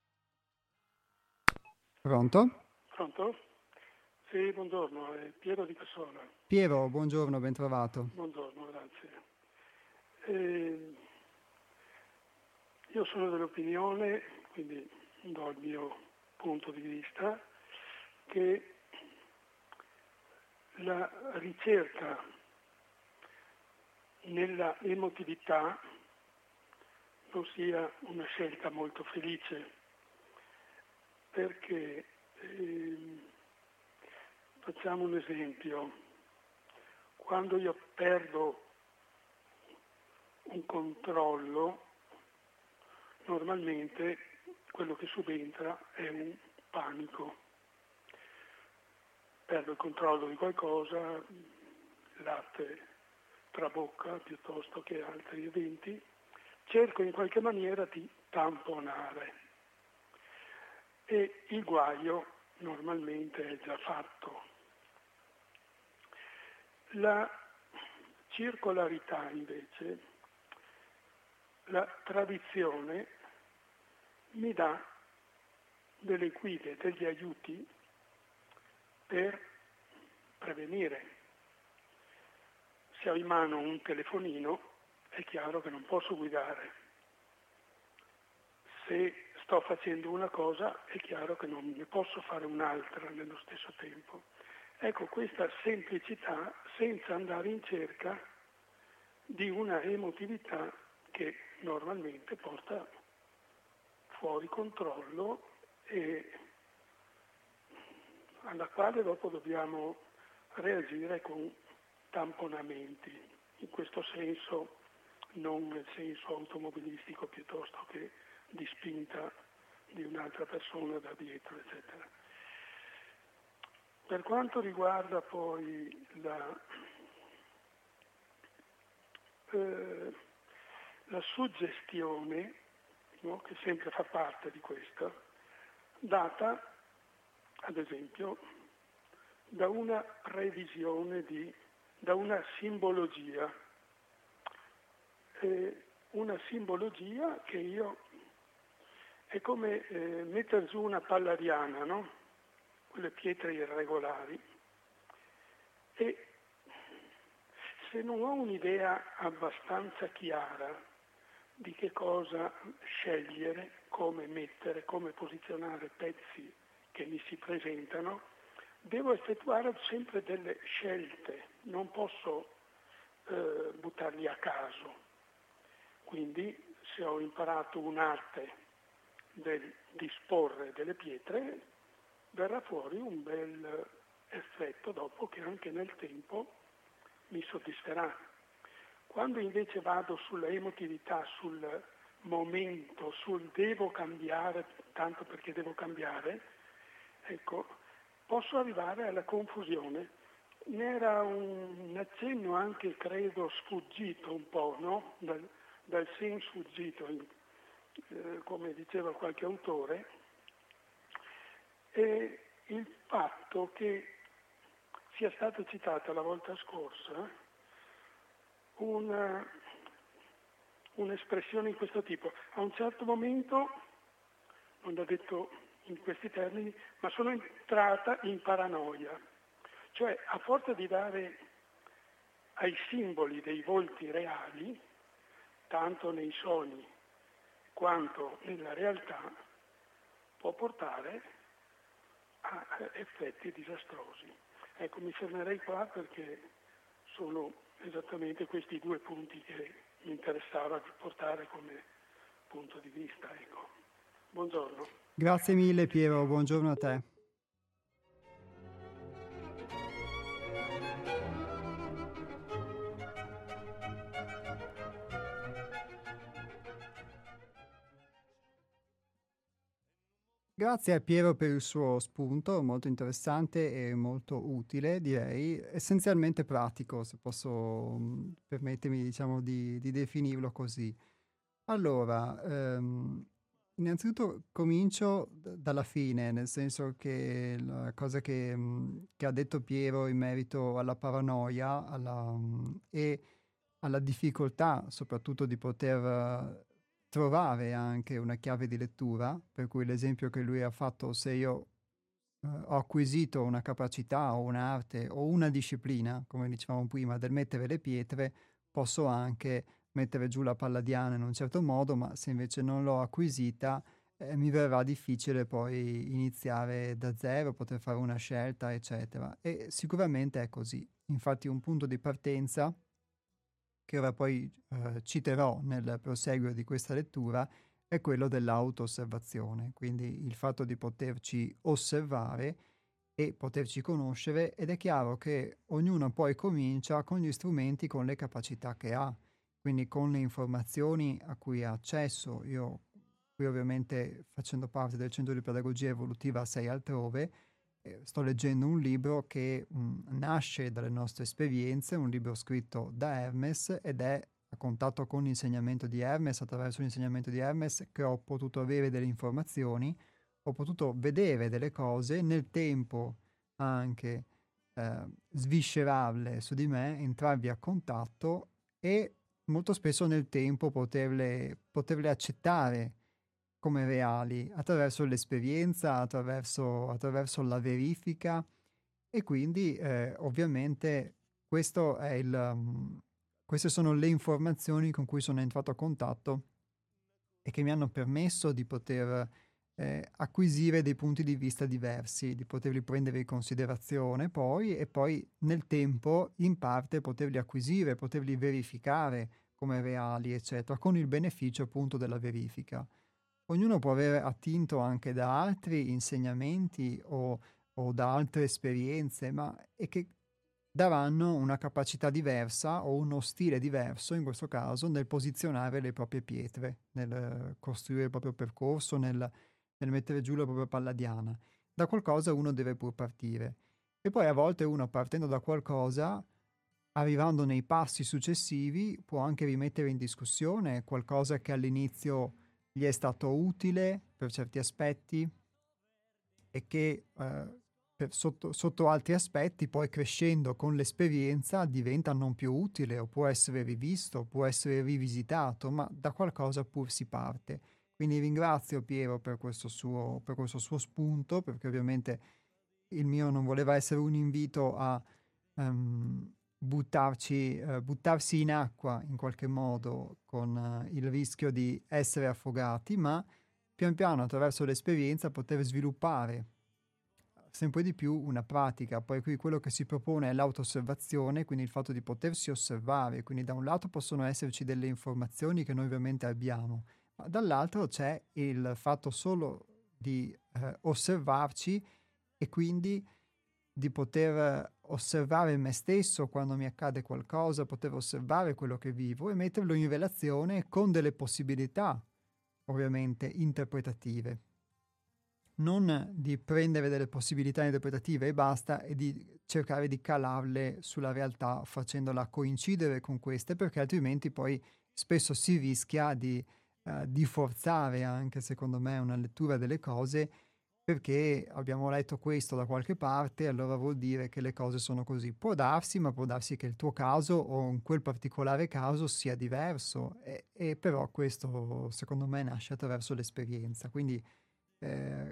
Pronto? Pronto? Sì, buongiorno, è Piero di Cassola. Piero, buongiorno, ben trovato. Buongiorno, grazie. Io sono dell'opinione, quindi do il mio punto di vista, che la ricerca nella emotività non sia una scelta molto felice, perché facciamo un esempio: quando io perdo un controllo, normalmente quello che subentra è un panico. Perdo il controllo di qualcosa, latte trabocca piuttosto che altri eventi, cerco in qualche maniera di tamponare e il guaio normalmente è già fatto. La circolarità invece, la tradizione mi dà delle guide, degli aiuti per prevenire. Se ho in mano un telefonino è chiaro che non posso guidare. Se sto facendo una cosa è chiaro che non ne posso fare un'altra nello stesso tempo. Ecco, questa semplicità senza andare in cerca di una emotività che normalmente porta fuori controllo e alla quale dopo dobbiamo reagire con tamponamenti, in questo senso non nel senso automobilistico piuttosto che di spinta di un'altra persona da dietro, eccetera. Per quanto riguarda poi la suggestione, no, che sempre fa parte di questo, data ad esempio da una previsione da una simbologia. Una simbologia che è come mettere giù una palladiana, no? Quelle pietre irregolari. E se non ho un'idea abbastanza chiara di che cosa scegliere, come mettere, come posizionare pezzi che mi si presentano, devo effettuare sempre delle scelte, non posso buttarli a caso. Quindi se ho imparato un'arte del disporre delle pietre, verrà fuori un bel effetto dopo che anche nel tempo mi soddisferà. Quando invece vado sulla emotività, sul momento, sul devo cambiare, tanto perché devo cambiare, ecco, posso arrivare alla confusione. N'era un accenno anche, credo, sfuggito un po', no? Dal senso sfuggito, come diceva qualche autore, e il fatto che sia stata citata la volta scorsa un'espressione di questo tipo. A un certo momento, non l'ha detto in questi termini, ma sono entrata in paranoia. Cioè, a forza di dare ai simboli dei volti reali, tanto nei sogni quanto nella realtà, può portare a effetti disastrosi. Ecco, mi fermerei qua perché sono esattamente questi due punti che mi interessava portare come punto di vista. Ecco. Buongiorno. Grazie mille Piero, buongiorno a te. Grazie a Piero per il suo spunto, molto interessante e molto utile, direi, essenzialmente pratico, se posso permettermi, diciamo, di definirlo così. Allora, innanzitutto comincio dalla fine, nel senso che la cosa che ha detto Piero in merito alla paranoia e alla difficoltà soprattutto di poter trovare anche una chiave di lettura, per cui l'esempio che lui ha fatto, se io ho acquisito una capacità o un'arte o una disciplina, come dicevamo prima, del mettere le pietre, posso anche mettere giù la palladiana in un certo modo, ma se invece non l'ho acquisita, mi verrà difficile poi iniziare da zero, poter fare una scelta, eccetera. E sicuramente è così. Infatti un punto di partenza, che ora poi citerò nel proseguo di questa lettura, è quello dell'auto-osservazione, quindi il fatto di poterci osservare e poterci conoscere, ed è chiaro che ognuno poi comincia con gli strumenti, con le capacità che ha, quindi con le informazioni a cui ha accesso. Io qui ovviamente facendo parte del Centro di Pedagogia Evolutiva 6 altrove, sto leggendo un libro che nasce dalle nostre esperienze, un libro scritto da Hermes ed è a contatto con l'insegnamento di Hermes, attraverso l'insegnamento di Hermes che ho potuto avere delle informazioni, ho potuto vedere delle cose nel tempo anche sviscerarle su di me, entrarvi a contatto e molto spesso nel tempo poterle accettare come reali attraverso l'esperienza, attraverso la verifica e quindi ovviamente questo è queste sono le informazioni con cui sono entrato a contatto e che mi hanno permesso di poter acquisire dei punti di vista diversi, di poterli prendere in considerazione poi e poi nel tempo in parte poterli acquisire, poterli verificare come reali, eccetera, con il beneficio appunto della verifica. Ognuno può aver attinto anche da altri insegnamenti o da altre esperienze, ma e che daranno una capacità diversa o uno stile diverso, in questo caso, nel posizionare le proprie pietre, nel costruire il proprio percorso, nel mettere giù la propria palladiana. Da qualcosa uno deve pur partire. E poi a volte uno partendo da qualcosa, arrivando nei passi successivi, può anche rimettere in discussione qualcosa che all'inizio gli è stato utile per certi aspetti e che sotto altri aspetti poi crescendo con l'esperienza diventa non più utile o può essere rivisto, può essere rivisitato, ma da qualcosa pur si parte. Quindi ringrazio Piero per questo suo spunto, perché ovviamente il mio non voleva essere un invito a buttarsi in acqua in qualche modo con il rischio di essere affogati, ma pian piano attraverso l'esperienza poter sviluppare sempre di più una pratica. Poi qui quello che si propone è l'auto-osservazione, quindi il fatto di potersi osservare, quindi da un lato possono esserci delle informazioni che noi ovviamente abbiamo, ma dall'altro c'è il fatto solo di osservarci e quindi di poter osservare me stesso quando mi accade qualcosa, poter osservare quello che vivo e metterlo in relazione con delle possibilità, ovviamente, interpretative. Non di prendere delle possibilità interpretative e basta e di cercare di calarle sulla realtà facendola coincidere con queste, perché altrimenti poi spesso si rischia di forzare anche, secondo me, una lettura delle cose perché abbiamo letto questo da qualche parte, allora vuol dire che le cose sono così. Può darsi, ma può darsi che il tuo caso o in quel particolare caso sia diverso, e però questo secondo me nasce attraverso l'esperienza. Quindi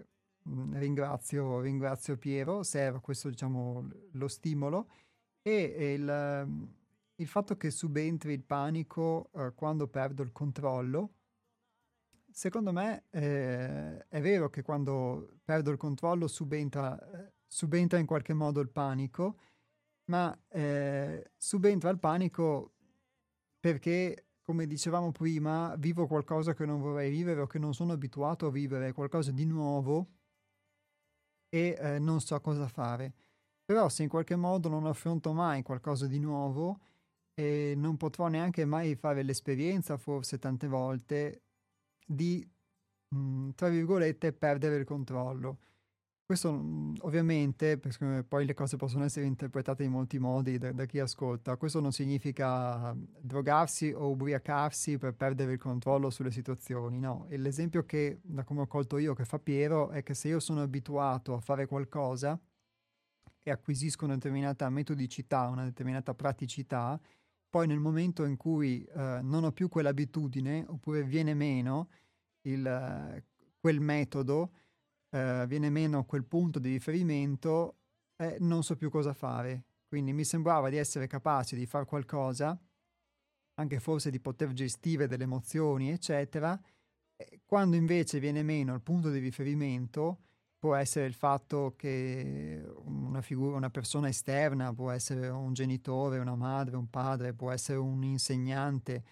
ringrazio Piero se era questo, diciamo, lo stimolo. E il fatto che subentri il panico quando perdo il controllo, secondo me è vero che quando perdo il controllo subentra in qualche modo il panico, ma subentra il panico perché, come dicevamo prima, vivo qualcosa che non vorrei vivere o che non sono abituato a vivere, qualcosa di nuovo e non so cosa fare. Però se in qualche modo non affronto mai qualcosa di nuovo e non potrò neanche mai fare l'esperienza, forse tante volte, di, tra virgolette, perdere il controllo. Questo ovviamente, perché poi le cose possono essere interpretate in molti modi da chi ascolta, questo non significa drogarsi o ubriacarsi per perdere il controllo sulle situazioni, no. E l'esempio che, da come ho colto io, che fa Piero, è che se io sono abituato a fare qualcosa e acquisisco una determinata metodicità, una determinata praticità, poi nel momento in cui non ho più quell'abitudine, oppure viene meno quel metodo, viene meno quel punto di riferimento, non so più cosa fare. Quindi mi sembrava di essere capace di fare qualcosa, anche forse di poter gestire delle emozioni, eccetera, quando invece viene meno il punto di riferimento, può essere il fatto che una figura, una persona esterna, può essere un genitore, una madre, un padre, può essere un insegnante,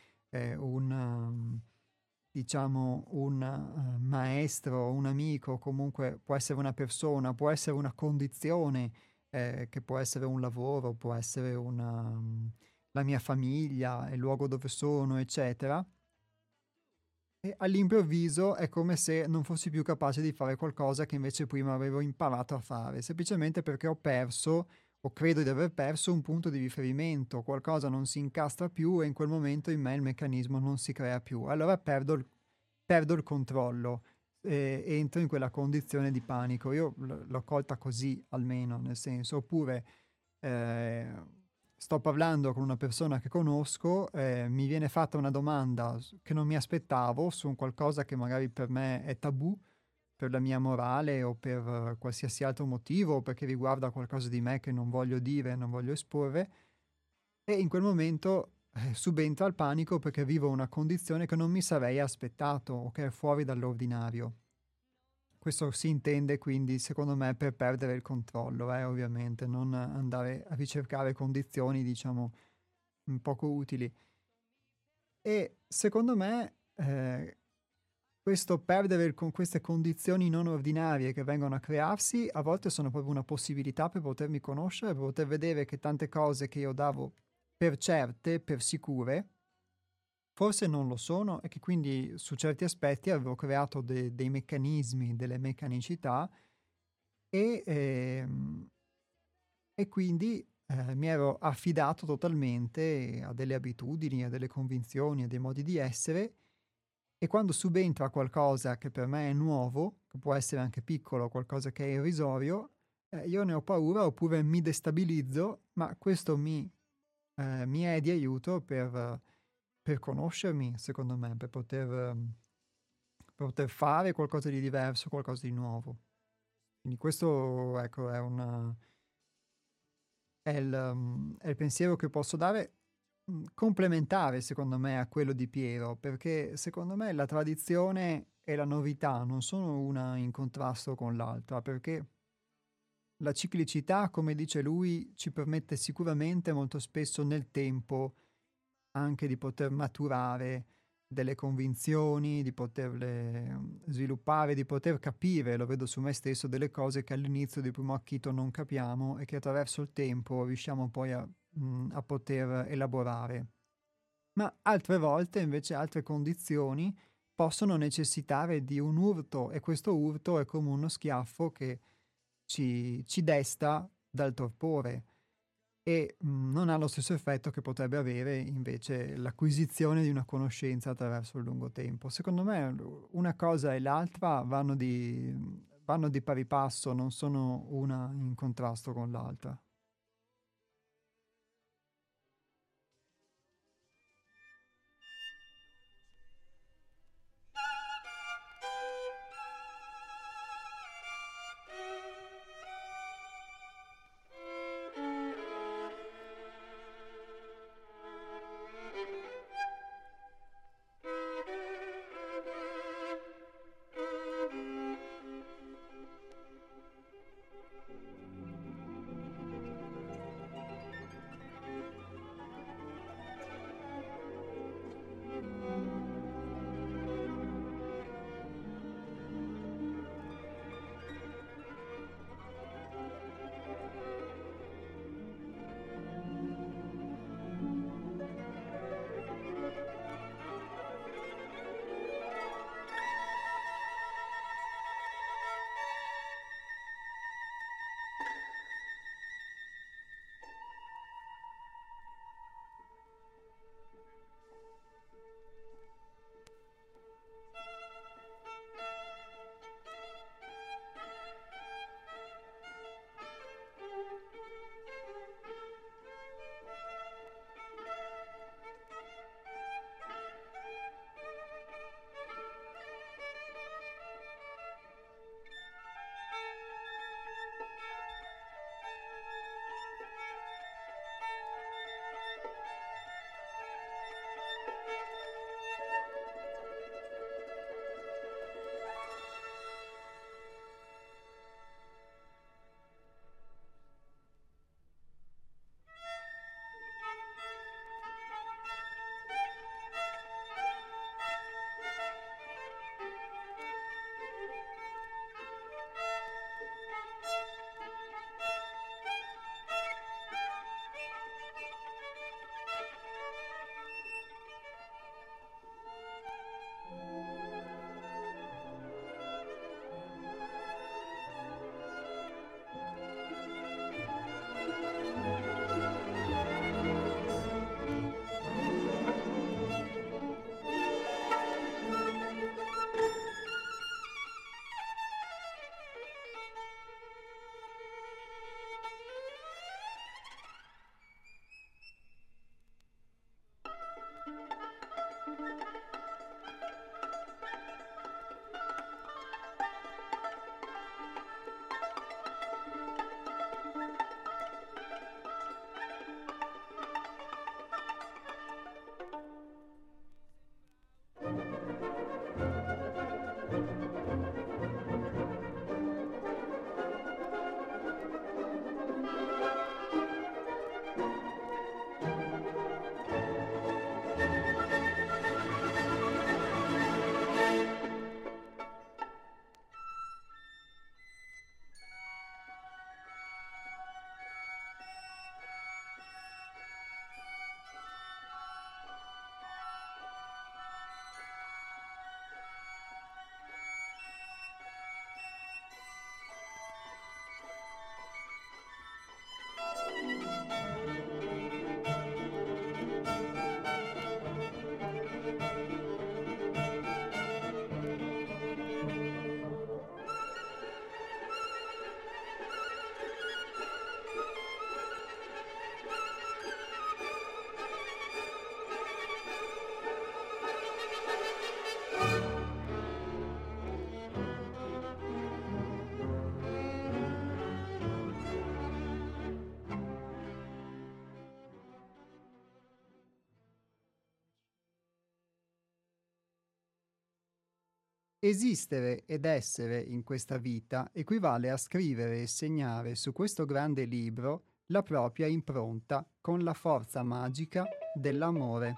diciamo un maestro, un amico, comunque può essere una persona, può essere una condizione, che può essere un lavoro, può essere la mia famiglia, il luogo dove sono, eccetera. E all'improvviso è come se non fossi più capace di fare qualcosa che invece prima avevo imparato a fare, semplicemente perché ho perso, o credo di aver perso, un punto di riferimento, qualcosa non si incastra più e in quel momento in me il meccanismo non si crea più. Allora perdo il controllo e entro in quella condizione di panico. Io l'ho colta così almeno, nel senso, oppure eh, sto parlando con una persona che conosco, mi viene fatta una domanda che non mi aspettavo su un qualcosa che magari per me è tabù, per la mia morale o per qualsiasi altro motivo, o perché riguarda qualcosa di me che non voglio dire, non voglio esporre, e in quel momento subentra il panico perché vivo una condizione che non mi sarei aspettato o che è fuori dall'ordinario. Questo si intende quindi, secondo me, per perdere il controllo, ovviamente, non andare a ricercare condizioni, diciamo, poco utili. E secondo me, questo perdere con queste condizioni non ordinarie che vengono a crearsi, a volte sono proprio una possibilità per potermi conoscere, per poter vedere che tante cose che io davo per certe, per sicure, forse non lo sono e che quindi su certi aspetti avevo creato dei meccanismi, delle meccanicità e, e quindi mi ero affidato totalmente a delle abitudini, a delle convinzioni, a dei modi di essere e quando subentra qualcosa che per me è nuovo, che può essere anche piccolo, qualcosa che è irrisorio, io ne ho paura oppure mi destabilizzo, ma questo mi è di aiuto per conoscermi, secondo me, per poter fare qualcosa di diverso, qualcosa di nuovo. Quindi questo, ecco, è il pensiero che posso dare, complementare secondo me a quello di Piero, perché secondo me la tradizione e la novità non sono una in contrasto con l'altra, perché la ciclicità, come dice lui, ci permette sicuramente molto spesso nel tempo anche di poter maturare delle convinzioni, di poterle sviluppare, di poter capire, lo vedo su me stesso, delle cose che all'inizio di primo acchito non capiamo e che attraverso il tempo riusciamo poi a poter elaborare. Ma altre volte, invece, altre condizioni possono necessitare di un urto e questo urto è come uno schiaffo che ci desta dal torpore e non ha lo stesso effetto che potrebbe avere invece l'acquisizione di una conoscenza attraverso il lungo tempo. Secondo me una cosa e l'altra vanno di pari passo, non sono una in contrasto con l'altra. Esistere ed essere in questa vita equivale a scrivere e segnare su questo grande libro la propria impronta con la forza magica dell'amore.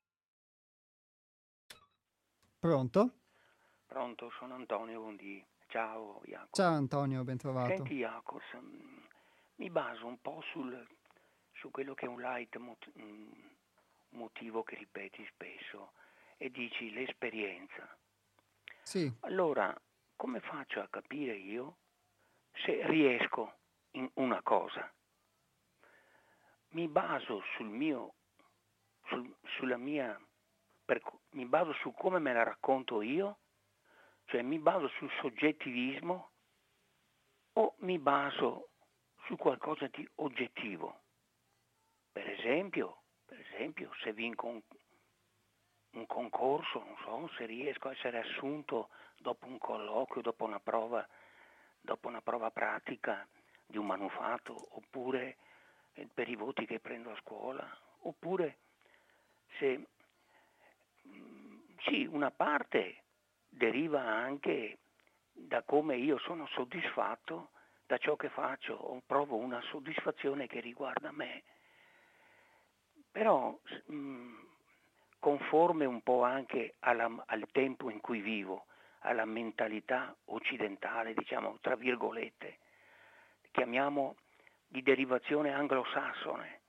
Pronto? Pronto, sono Antonio Bondi. Ciao Jacob. Ciao Antonio, ben trovato. Senti Jacob, mi baso un po' su quello che è un motivo che ripeti spesso e dici l'esperienza. Sì. Allora, come faccio a capire io se riesco in una cosa? Mi baso mi baso su come me la racconto io, cioè mi baso sul soggettivismo o mi baso su qualcosa di oggettivo. Per esempio se vinco un concorso, non so, se riesco a essere assunto dopo un colloquio, dopo una prova pratica di un manufatto, oppure per i voti che prendo a scuola, oppure se sì, una parte deriva anche da come io sono soddisfatto da ciò che faccio, o provo una soddisfazione che riguarda me, però conforme un po' anche al tempo in cui vivo, alla mentalità occidentale, diciamo tra virgolette, chiamiamo di derivazione anglosassone.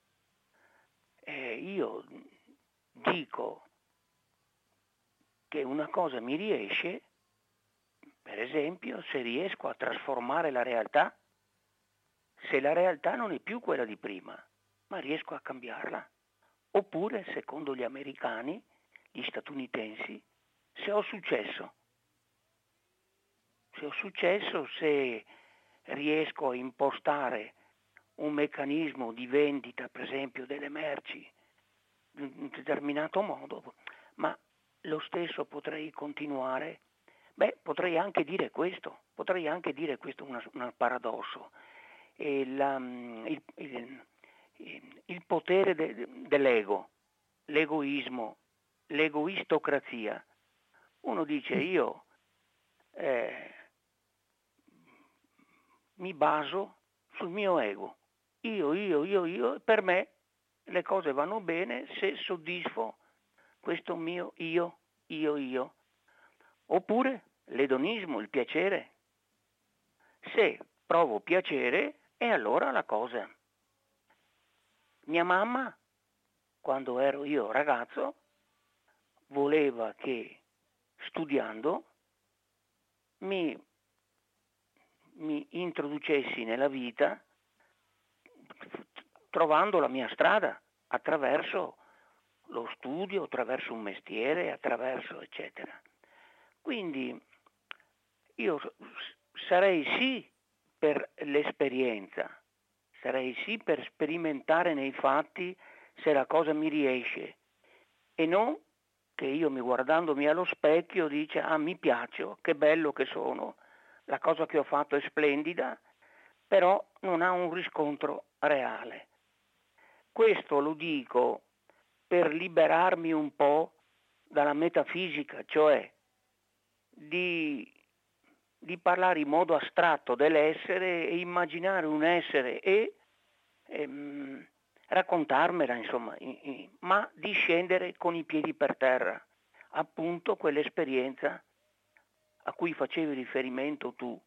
Io dico che una cosa mi riesce, per esempio, se riesco a trasformare la realtà, se la realtà non è più quella di prima, ma riesco a cambiarla. Oppure, secondo gli americani, gli statunitensi, se ho successo. Se riesco a impostare un meccanismo di vendita, per esempio, delle merci in un determinato modo, ma lo stesso potrei continuare. Potrei anche dire questo, un paradosso. Il potere dell'ego, l'egoismo, l'egoistocrazia. Uno dice io mi baso sul mio ego, io, e per me le cose vanno bene se soddisfo questo mio io. Oppure l'edonismo, il piacere. Se provo piacere, è allora la cosa. Mia mamma, quando ero io ragazzo, voleva che studiando mi introducessi nella vita trovando la mia strada attraverso lo studio, attraverso un mestiere, attraverso eccetera. Quindi io sarei sì per l'esperienza, sarei sì per sperimentare nei fatti se la cosa mi riesce e non che io guardandomi allo specchio dice mi piaccio, che bello che sono, la cosa che ho fatto è splendida, però non ha un riscontro reale. Questo lo dico per liberarmi un po' dalla metafisica, cioè di parlare in modo astratto dell'essere e immaginare un essere e raccontarmela, insomma, ma di scendere con i piedi per terra, appunto quell'esperienza a cui facevi riferimento tu.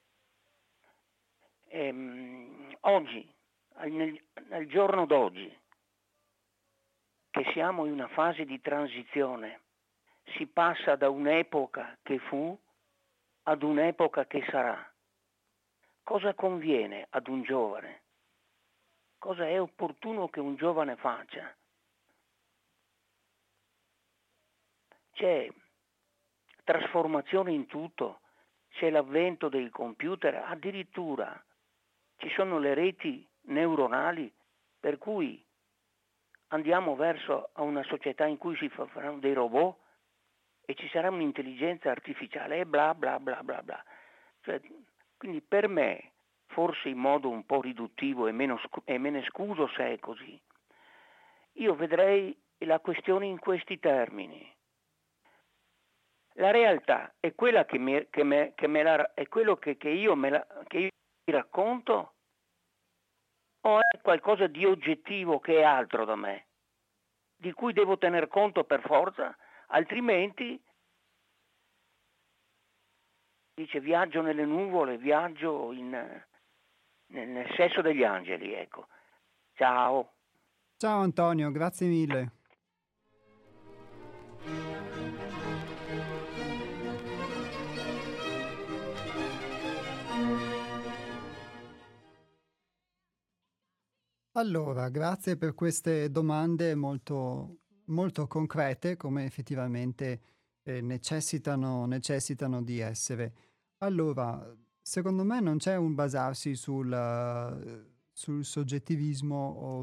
Oggi, nel giorno d'oggi, che siamo in una fase di transizione, si passa da un'epoca che fu ad un'epoca che sarà. Cosa conviene ad un giovane? Cosa è opportuno che un giovane faccia? C'è trasformazione in tutto, c'è l'avvento dei computer, addirittura ci sono le reti neuronali per cui andiamo verso a una società in cui si faranno dei robot e ci sarà un'intelligenza artificiale e bla bla bla bla bla. Cioè, quindi per me, forse in modo un po' riduttivo e me ne scuso se è così, io vedrei la questione in questi termini. La realtà è quella che è quello che io mi racconto, o è qualcosa di oggettivo che è altro da me, di cui devo tener conto per forza, altrimenti dice viaggio nelle nuvole, viaggio nel sesso degli angeli, ecco. Ciao. Ciao Antonio, grazie mille. Allora, grazie per queste domande molto, molto concrete, come effettivamente necessitano di essere. Allora, secondo me non c'è un basarsi sul soggettivismo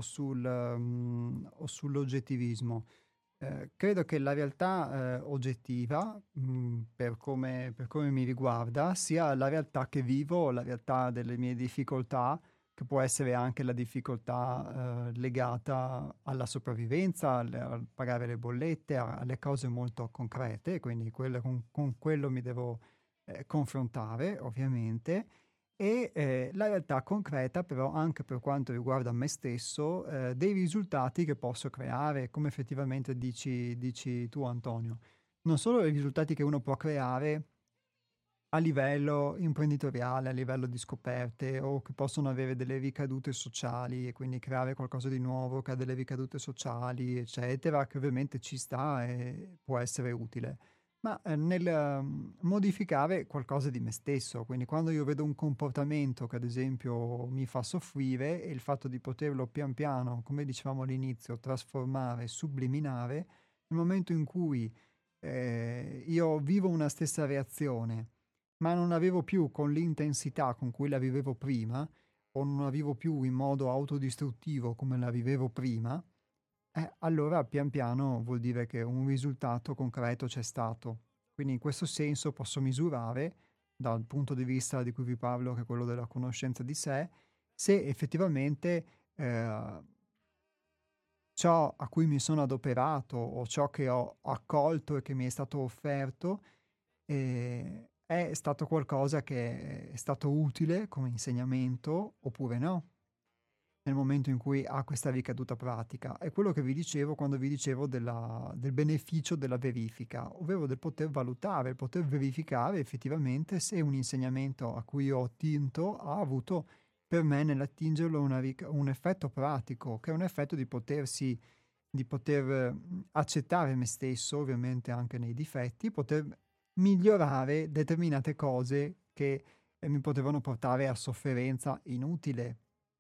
o sull'oggettivismo. Credo che la realtà oggettiva, per come mi riguarda, sia la realtà che vivo, la realtà delle mie difficoltà, che può essere anche la difficoltà legata alla sopravvivenza, al pagare le bollette, alle cose molto concrete, quindi con quello mi devo confrontare, ovviamente. E la realtà concreta, però, anche per quanto riguarda me stesso, dei risultati che posso creare, come effettivamente dici tu, Antonio. Non solo i risultati che uno può creare a livello imprenditoriale, a livello di scoperte o che possono avere delle ricadute sociali e quindi creare qualcosa di nuovo che ha delle ricadute sociali, eccetera, che ovviamente ci sta e può essere utile, ma nel modificare qualcosa di me stesso. Quindi quando io vedo un comportamento che ad esempio mi fa soffrire e il fatto di poterlo pian piano, come dicevamo all'inizio, trasformare, subliminare, nel momento in cui io vivo una stessa reazione ma non avevo più con l'intensità con cui la vivevo prima, o non la vivo più in modo autodistruttivo come la vivevo prima, allora pian piano vuol dire che un risultato concreto c'è stato. Quindi in questo senso posso misurare, dal punto di vista di cui vi parlo, che è quello della conoscenza di sé, se effettivamente ciò a cui mi sono adoperato o ciò che ho accolto e che mi è stato offerto è stato qualcosa che è stato utile come insegnamento oppure no, nel momento in cui ha questa ricaduta pratica. È quello che vi dicevo quando vi dicevo del beneficio della verifica, ovvero del poter valutare, poter verificare effettivamente se un insegnamento a cui ho attinto ha avuto per me nell'attingerlo un effetto pratico, che è un effetto di poter accettare me stesso, ovviamente anche nei difetti, poter migliorare determinate cose che mi potevano portare a sofferenza inutile.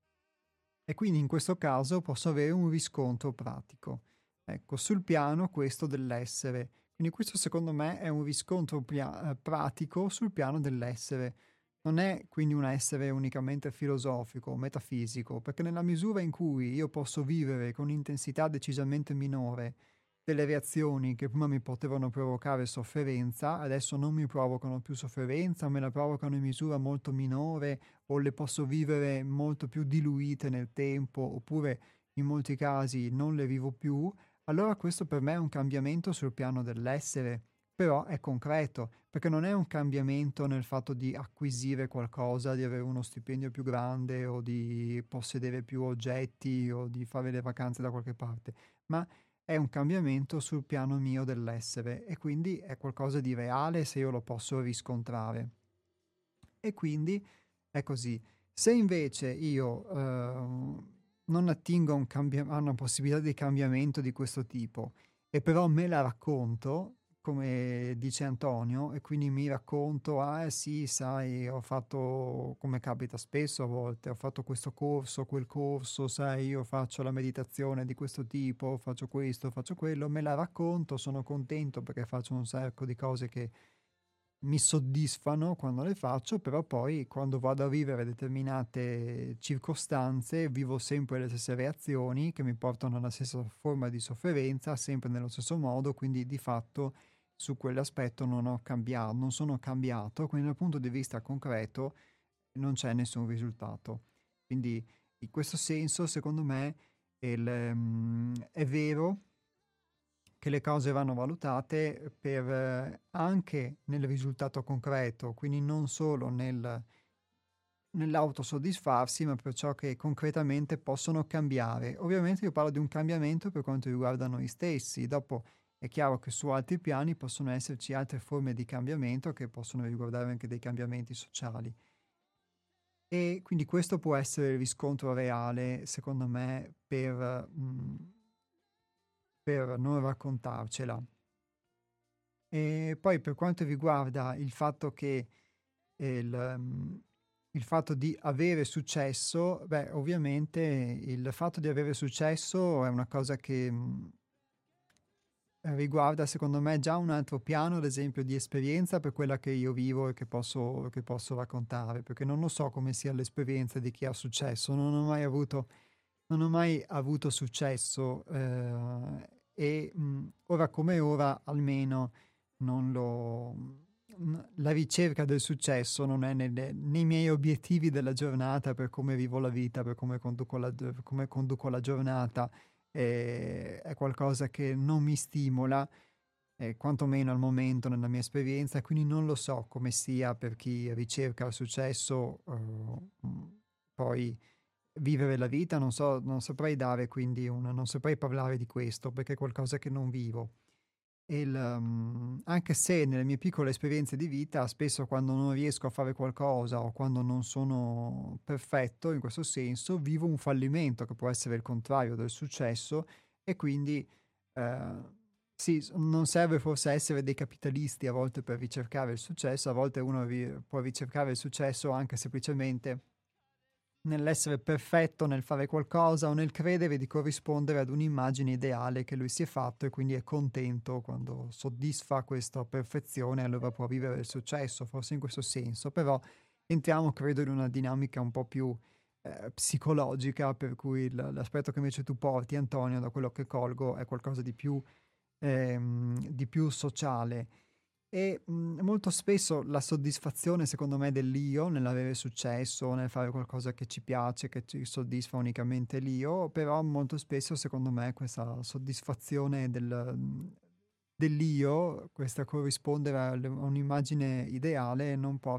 E quindi in questo caso posso avere un riscontro pratico. Ecco, sul piano questo dell'essere. Quindi questo secondo me è un riscontro pratico sul piano dell'essere. Non è quindi un essere unicamente filosofico o metafisico, perché nella misura in cui io posso vivere con intensità decisamente minore delle reazioni che prima mi potevano provocare sofferenza, adesso non mi provocano più sofferenza, me la provocano in misura molto minore o le posso vivere molto più diluite nel tempo, oppure in molti casi non le vivo più, allora questo per me è un cambiamento sul piano dell'essere, però è concreto, perché non è un cambiamento nel fatto di acquisire qualcosa, di avere uno stipendio più grande o di possedere più oggetti o di fare le vacanze da qualche parte, ma è un cambiamento sul piano mio dell'essere e quindi è qualcosa di reale se io lo posso riscontrare. E quindi è così. Se invece io non attingo a una possibilità di cambiamento di questo tipo e però me la racconto, come dice Antonio, e quindi mi racconto, ah sì, sai, ho fatto, come capita spesso a volte, ho fatto questo corso, quel corso, sai, io faccio la meditazione di questo tipo, faccio questo, faccio quello, me la racconto, sono contento perché faccio un sacco di cose che mi soddisfano quando le faccio, però poi quando vado a vivere determinate circostanze vivo sempre le stesse reazioni che mi portano alla stessa forma di sofferenza, sempre nello stesso modo, quindi di fatto su quell'aspetto non sono cambiato, quindi dal punto di vista concreto non c'è nessun risultato. Quindi in questo senso, secondo me, è vero che le cose vanno valutate per anche nel risultato concreto, quindi non solo nell'autosoddisfarsi, ma per ciò che concretamente possono cambiare. Ovviamente io parlo di un cambiamento per quanto riguarda noi stessi, dopo è chiaro che su altri piani possono esserci altre forme di cambiamento che possono riguardare anche dei cambiamenti sociali. E quindi questo può essere il riscontro reale, secondo me, per non raccontarcela. E poi per quanto riguarda il fatto che il fatto di avere successo, beh, ovviamente il fatto di avere successo è una cosa che riguarda, secondo me, già un altro piano, ad esempio, di esperienza per quella che io vivo e che posso raccontare, perché non lo so come sia l'esperienza di chi ha successo, non ho mai avuto successo e ora come ora almeno non lo... La ricerca del successo non è nei miei obiettivi della giornata per come vivo la vita, per come conduco la giornata, è qualcosa che non mi stimola, quantomeno al momento nella mia esperienza, quindi non lo so come sia per chi ricerca il successo, poi vivere la vita, non saprei dare quindi non saprei parlare di questo perché è qualcosa che non vivo. Anche se nelle mie piccole esperienze di vita, spesso quando non riesco a fare qualcosa o quando non sono perfetto in questo senso, vivo un fallimento che può essere il contrario del successo e quindi sì, non serve forse essere dei capitalisti a volte per ricercare il successo, a volte uno può ricercare il successo anche semplicemente nell'essere perfetto nel fare qualcosa o nel credere di corrispondere ad un'immagine ideale che lui si è fatto e quindi è contento quando soddisfa questa perfezione, allora può vivere il successo, forse in questo senso, però entriamo credo in una dinamica un po' più psicologica, per cui l'aspetto che invece tu porti, Antonio, da quello che colgo, è qualcosa di più sociale. E molto spesso la soddisfazione, secondo me, dell'io nell'avere successo, nel fare qualcosa che ci piace, che ci soddisfa unicamente l'io, però molto spesso, secondo me, questa soddisfazione dell'io, questa corrispondere a un'immagine ideale,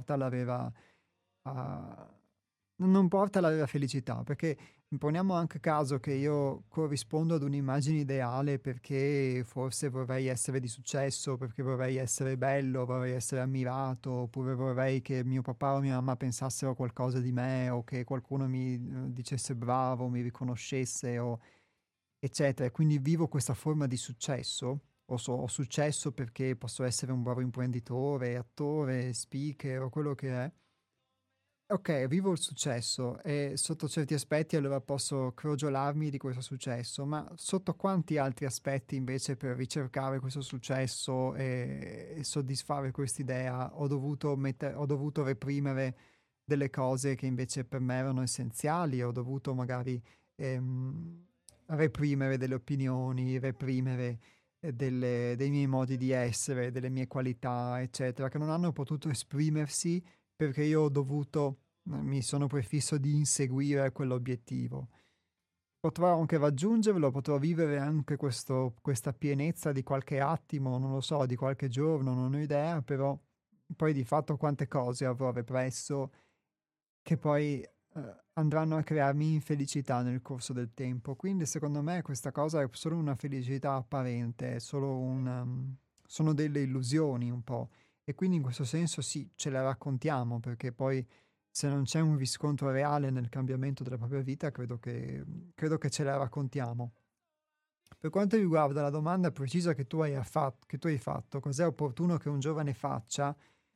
a- non porta alla vera felicità, perché poniamo anche caso che io corrispondo ad un'immagine ideale perché forse vorrei essere di successo, perché vorrei essere bello, vorrei essere ammirato, oppure vorrei che mio papà o mia mamma pensassero qualcosa di me, o che qualcuno mi dicesse bravo, mi riconoscesse, eccetera. E quindi vivo questa forma di successo. Ho successo perché posso essere un bravo imprenditore, attore, speaker o quello che è. Ok, vivo il successo e sotto certi aspetti allora posso crogiolarmi di questo successo, ma sotto quanti altri aspetti invece per ricercare questo successo e soddisfare quest'idea ho dovuto reprimere delle cose che invece per me erano essenziali, ho dovuto magari reprimere delle opinioni, reprimere dei miei modi di essere, delle mie qualità, eccetera, che non hanno potuto esprimersi perché io ho dovuto, mi sono prefisso di inseguire quell'obiettivo. Potrò anche raggiungerlo, potrò vivere anche questa pienezza di qualche attimo, non lo so, di qualche giorno, non ho idea, però poi di fatto quante cose avrò represso che poi andranno a crearmi infelicità nel corso del tempo. Quindi secondo me questa cosa è solo una felicità apparente, sono delle illusioni un po'. E quindi in questo senso sì, ce la raccontiamo, perché poi se non c'è un riscontro reale nel cambiamento della propria vita, credo che ce la raccontiamo. Per quanto riguarda la domanda precisa che tu hai fatto, cos'è opportuno che un giovane faccia?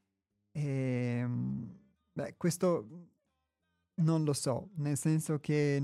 Beh, questo non lo so, nel senso che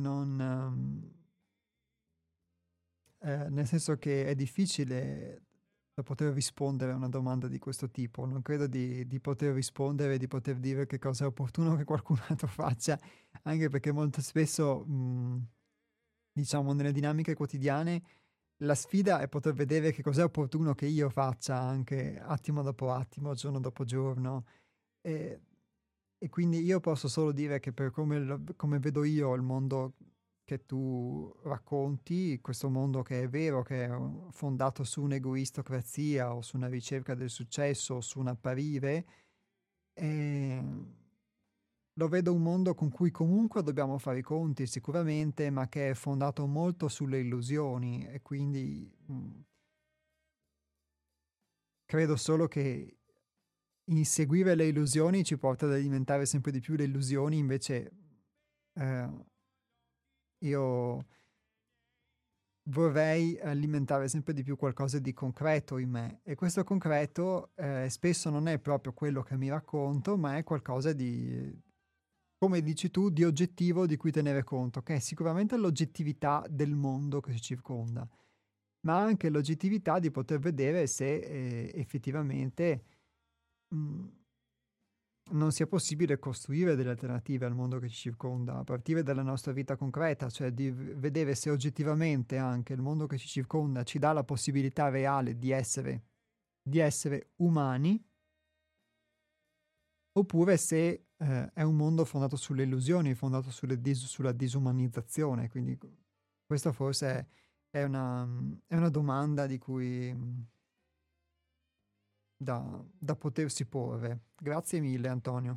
nel senso che è difficile da poter rispondere a una domanda di questo tipo. Non credo di poter rispondere, di poter dire che cosa è opportuno che qualcun altro faccia, anche perché molto spesso, diciamo, nelle dinamiche quotidiane, la sfida è poter vedere che cos'è opportuno che io faccia anche attimo dopo attimo, giorno dopo giorno. E, e quindi io posso solo dire che per come vedo io il mondo che tu racconti, questo mondo che è vero, che è fondato su un'egoistocrazia o su una ricerca del successo o su un apparire, eh, lo vedo un mondo con cui comunque dobbiamo fare i conti sicuramente, ma che è fondato molto sulle illusioni e quindi credo solo che inseguire le illusioni ci porta ad alimentare sempre di più le illusioni, invece eh, io vorrei alimentare sempre di più qualcosa di concreto in me e questo concreto spesso non è proprio quello che mi racconto, ma è qualcosa di, come dici tu, di oggettivo di cui tenere conto, che è sicuramente l'oggettività del mondo che ci circonda, ma anche l'oggettività di poter vedere se effettivamente mh, non sia possibile costruire delle alternative al mondo che ci circonda, a partire dalla nostra vita concreta, cioè di vedere se oggettivamente anche il mondo che ci circonda ci dà la possibilità reale di essere umani, oppure se è un mondo fondato sulle illusioni, fondato sulla disumanizzazione. Quindi questa forse è una domanda di cui da potersi porre. Grazie mille, Antonio.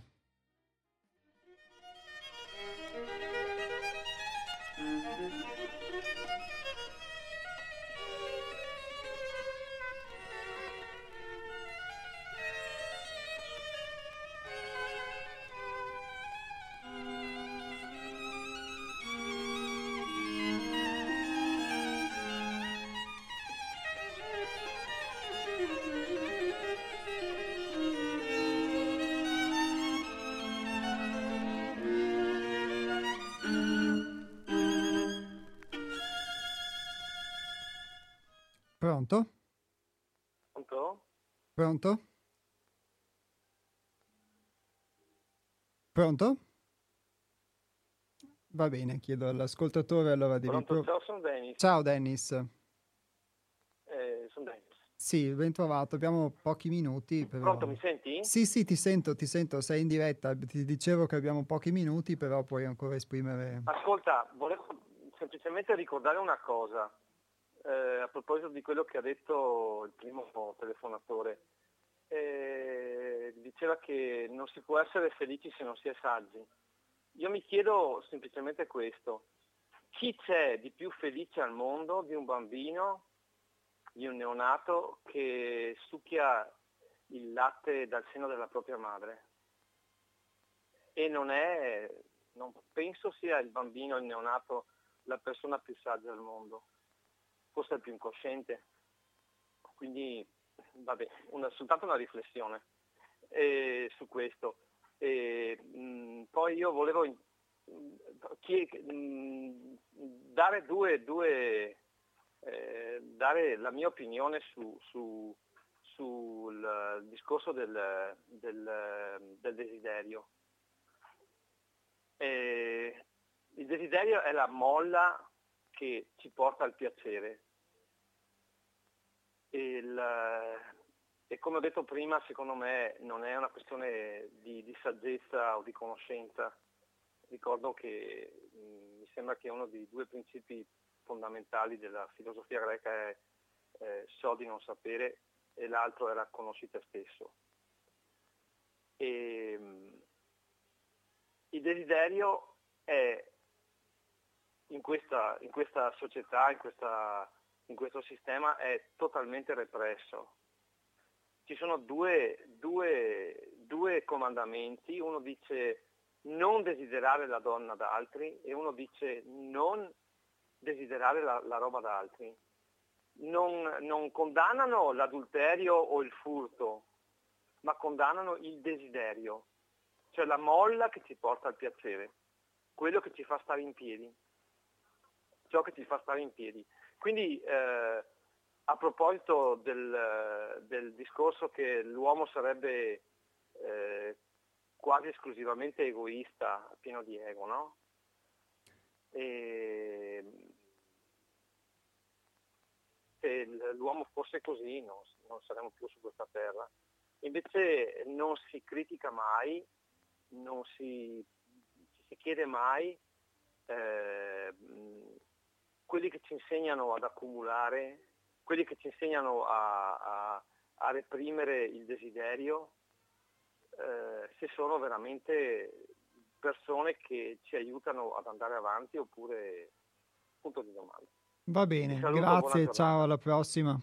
Pronto? Pronto? Pronto? Pronto? Va bene, chiedo all'ascoltatore allora di Pronto? Ciao, sono Dennis. Ciao Dennis. Sono Dennis. Sì, ben trovato, abbiamo pochi minuti però... Pronto, mi senti? Sì, sì, ti sento, sei in diretta, ti dicevo che abbiamo pochi minuti, però puoi ancora esprimere... Ascolta, volevo semplicemente ricordare una cosa, a proposito di quello che ha detto il primo telefonatore. Diceva che non si può essere felici se non si è saggi. Io mi chiedo semplicemente questo: chi c'è di più felice al mondo di un bambino, di un neonato che succhia il latte dal seno della propria madre? E non penso sia il bambino, il neonato, la persona più saggia al mondo, forse il più incosciente. Quindi, vabbè, soltanto una riflessione su questo. Poi io volevo dare la mia opinione sul discorso del desiderio. Il desiderio è la molla che ci porta al piacere. E come ho detto prima, secondo me non è una questione di saggezza o di conoscenza. Ricordo che mi sembra che uno dei due principi fondamentali della filosofia greca è so di non sapere, e l'altro era conosci te stesso. Il desiderio è in questa società, in questo sistema, è totalmente represso. Ci sono due comandamenti, uno dice non desiderare la donna da altri e uno dice non desiderare la roba da altri. Non condannano l'adulterio o il furto, ma condannano il desiderio, cioè la molla che ci porta al piacere, quello che ci fa stare in piedi, ciò che ci fa stare in piedi. Quindi a proposito del discorso che l'uomo sarebbe quasi esclusivamente egoista, pieno di ego, no? E se l'uomo fosse così non saremmo più su questa terra. Invece non si critica mai, ci si chiede mai quelli che ci insegnano ad accumulare, quelli che ci insegnano a reprimere il desiderio, se sono veramente persone che ci aiutano ad andare avanti oppure punto di domanda. Va bene, saluto, grazie, ciao, alla prossima.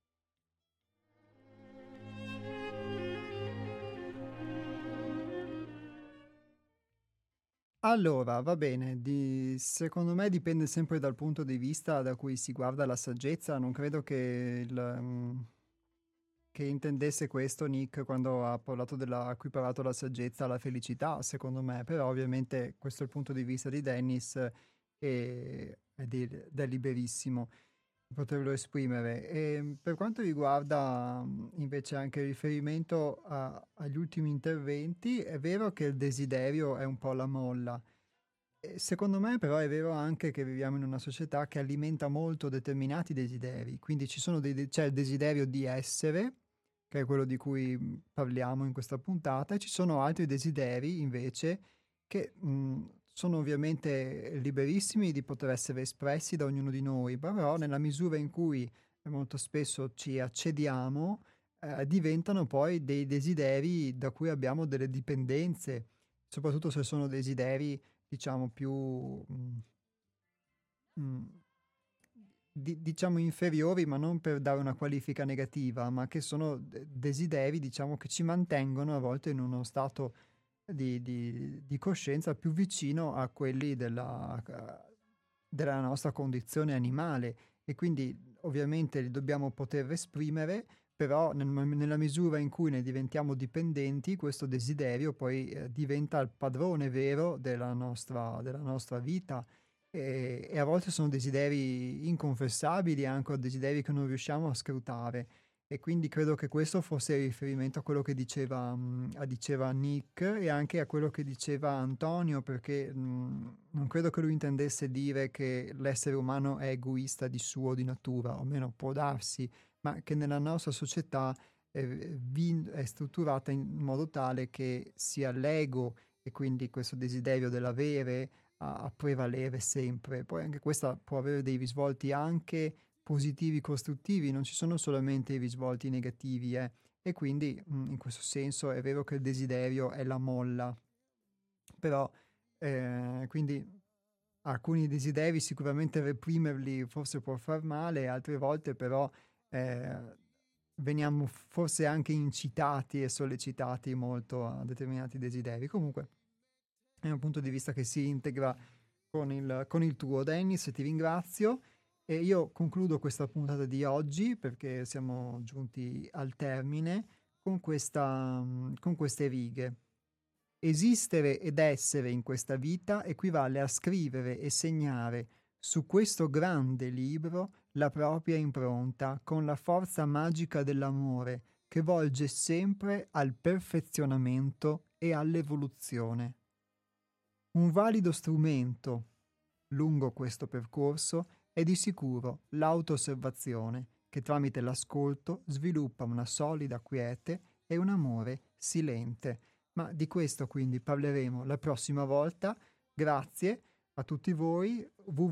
Allora, va bene, secondo me dipende sempre dal punto di vista da cui si guarda la saggezza. Non credo che che intendesse questo Nick quando ha ha equiparato la saggezza alla felicità, secondo me, però ovviamente questo è il punto di vista di Dennis ed è liberissimo di poterlo esprimere. E per quanto riguarda invece anche il riferimento agli ultimi interventi, è vero che il desiderio è un po' la molla. Secondo me però è vero anche che viviamo in una società che alimenta molto determinati desideri, quindi c'è il desiderio di essere, che è quello di cui parliamo in questa puntata, e ci sono altri desideri invece che sono ovviamente liberissimi di poter essere espressi da ognuno di noi, però nella misura in cui molto spesso ci accediamo, diventano poi dei desideri da cui abbiamo delle dipendenze, soprattutto se sono desideri diciamo più diciamo inferiori, ma non per dare una qualifica negativa, ma che sono desideri diciamo che ci mantengono a volte in uno stato di coscienza più vicino a quelli della nostra condizione animale, e quindi ovviamente li dobbiamo poter esprimere, però nella misura in cui ne diventiamo dipendenti, questo desiderio poi diventa il padrone vero della nostra vita, e a volte sono desideri inconfessabili, anche desideri che non riusciamo a scrutare. E quindi credo che questo fosse il riferimento a quello che diceva Nick e anche a quello che diceva Antonio, perché non credo che lui intendesse dire che l'essere umano è egoista di suo, di natura, o almeno può darsi, ma che nella nostra società è strutturata in modo tale che sia l'ego e quindi questo desiderio dell'avere a prevalere sempre. Poi anche questa può avere dei risvolti anche positivi, costruttivi, non ci sono solamente i risvolti negativi, e quindi in questo senso è vero che il desiderio è la molla, però quindi alcuni desideri sicuramente reprimerli forse può far male, altre volte però veniamo forse anche incitati e sollecitati molto a determinati desideri. Comunque è un punto di vista che si integra con il tuo, Dennis, ti ringrazio. E io concludo questa puntata di oggi perché siamo giunti al termine con queste righe. Esistere ed essere in questa vita equivale a scrivere e segnare su questo grande libro la propria impronta con la forza magica dell'amore che volge sempre al perfezionamento e all'evoluzione. Un valido strumento lungo questo percorso è di sicuro l'auto-osservazione, che tramite l'ascolto sviluppa una solida quiete e un amore silente. Ma di questo quindi parleremo la prossima volta. Grazie a tutti voi.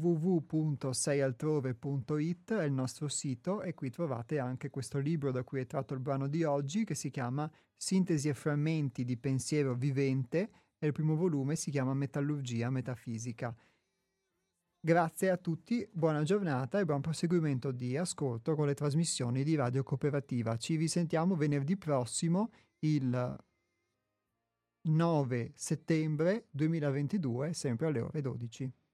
www.seialtrove.it è il nostro sito e qui trovate anche questo libro da cui è tratto il brano di oggi, che si chiama Sintesi e frammenti di pensiero vivente, e il primo volume si chiama Metallurgia metafisica. Grazie a tutti, buona giornata e buon proseguimento di ascolto con le trasmissioni di Radio Cooperativa. Ci risentiamo venerdì prossimo, il 9 settembre 2022, sempre alle ore 12.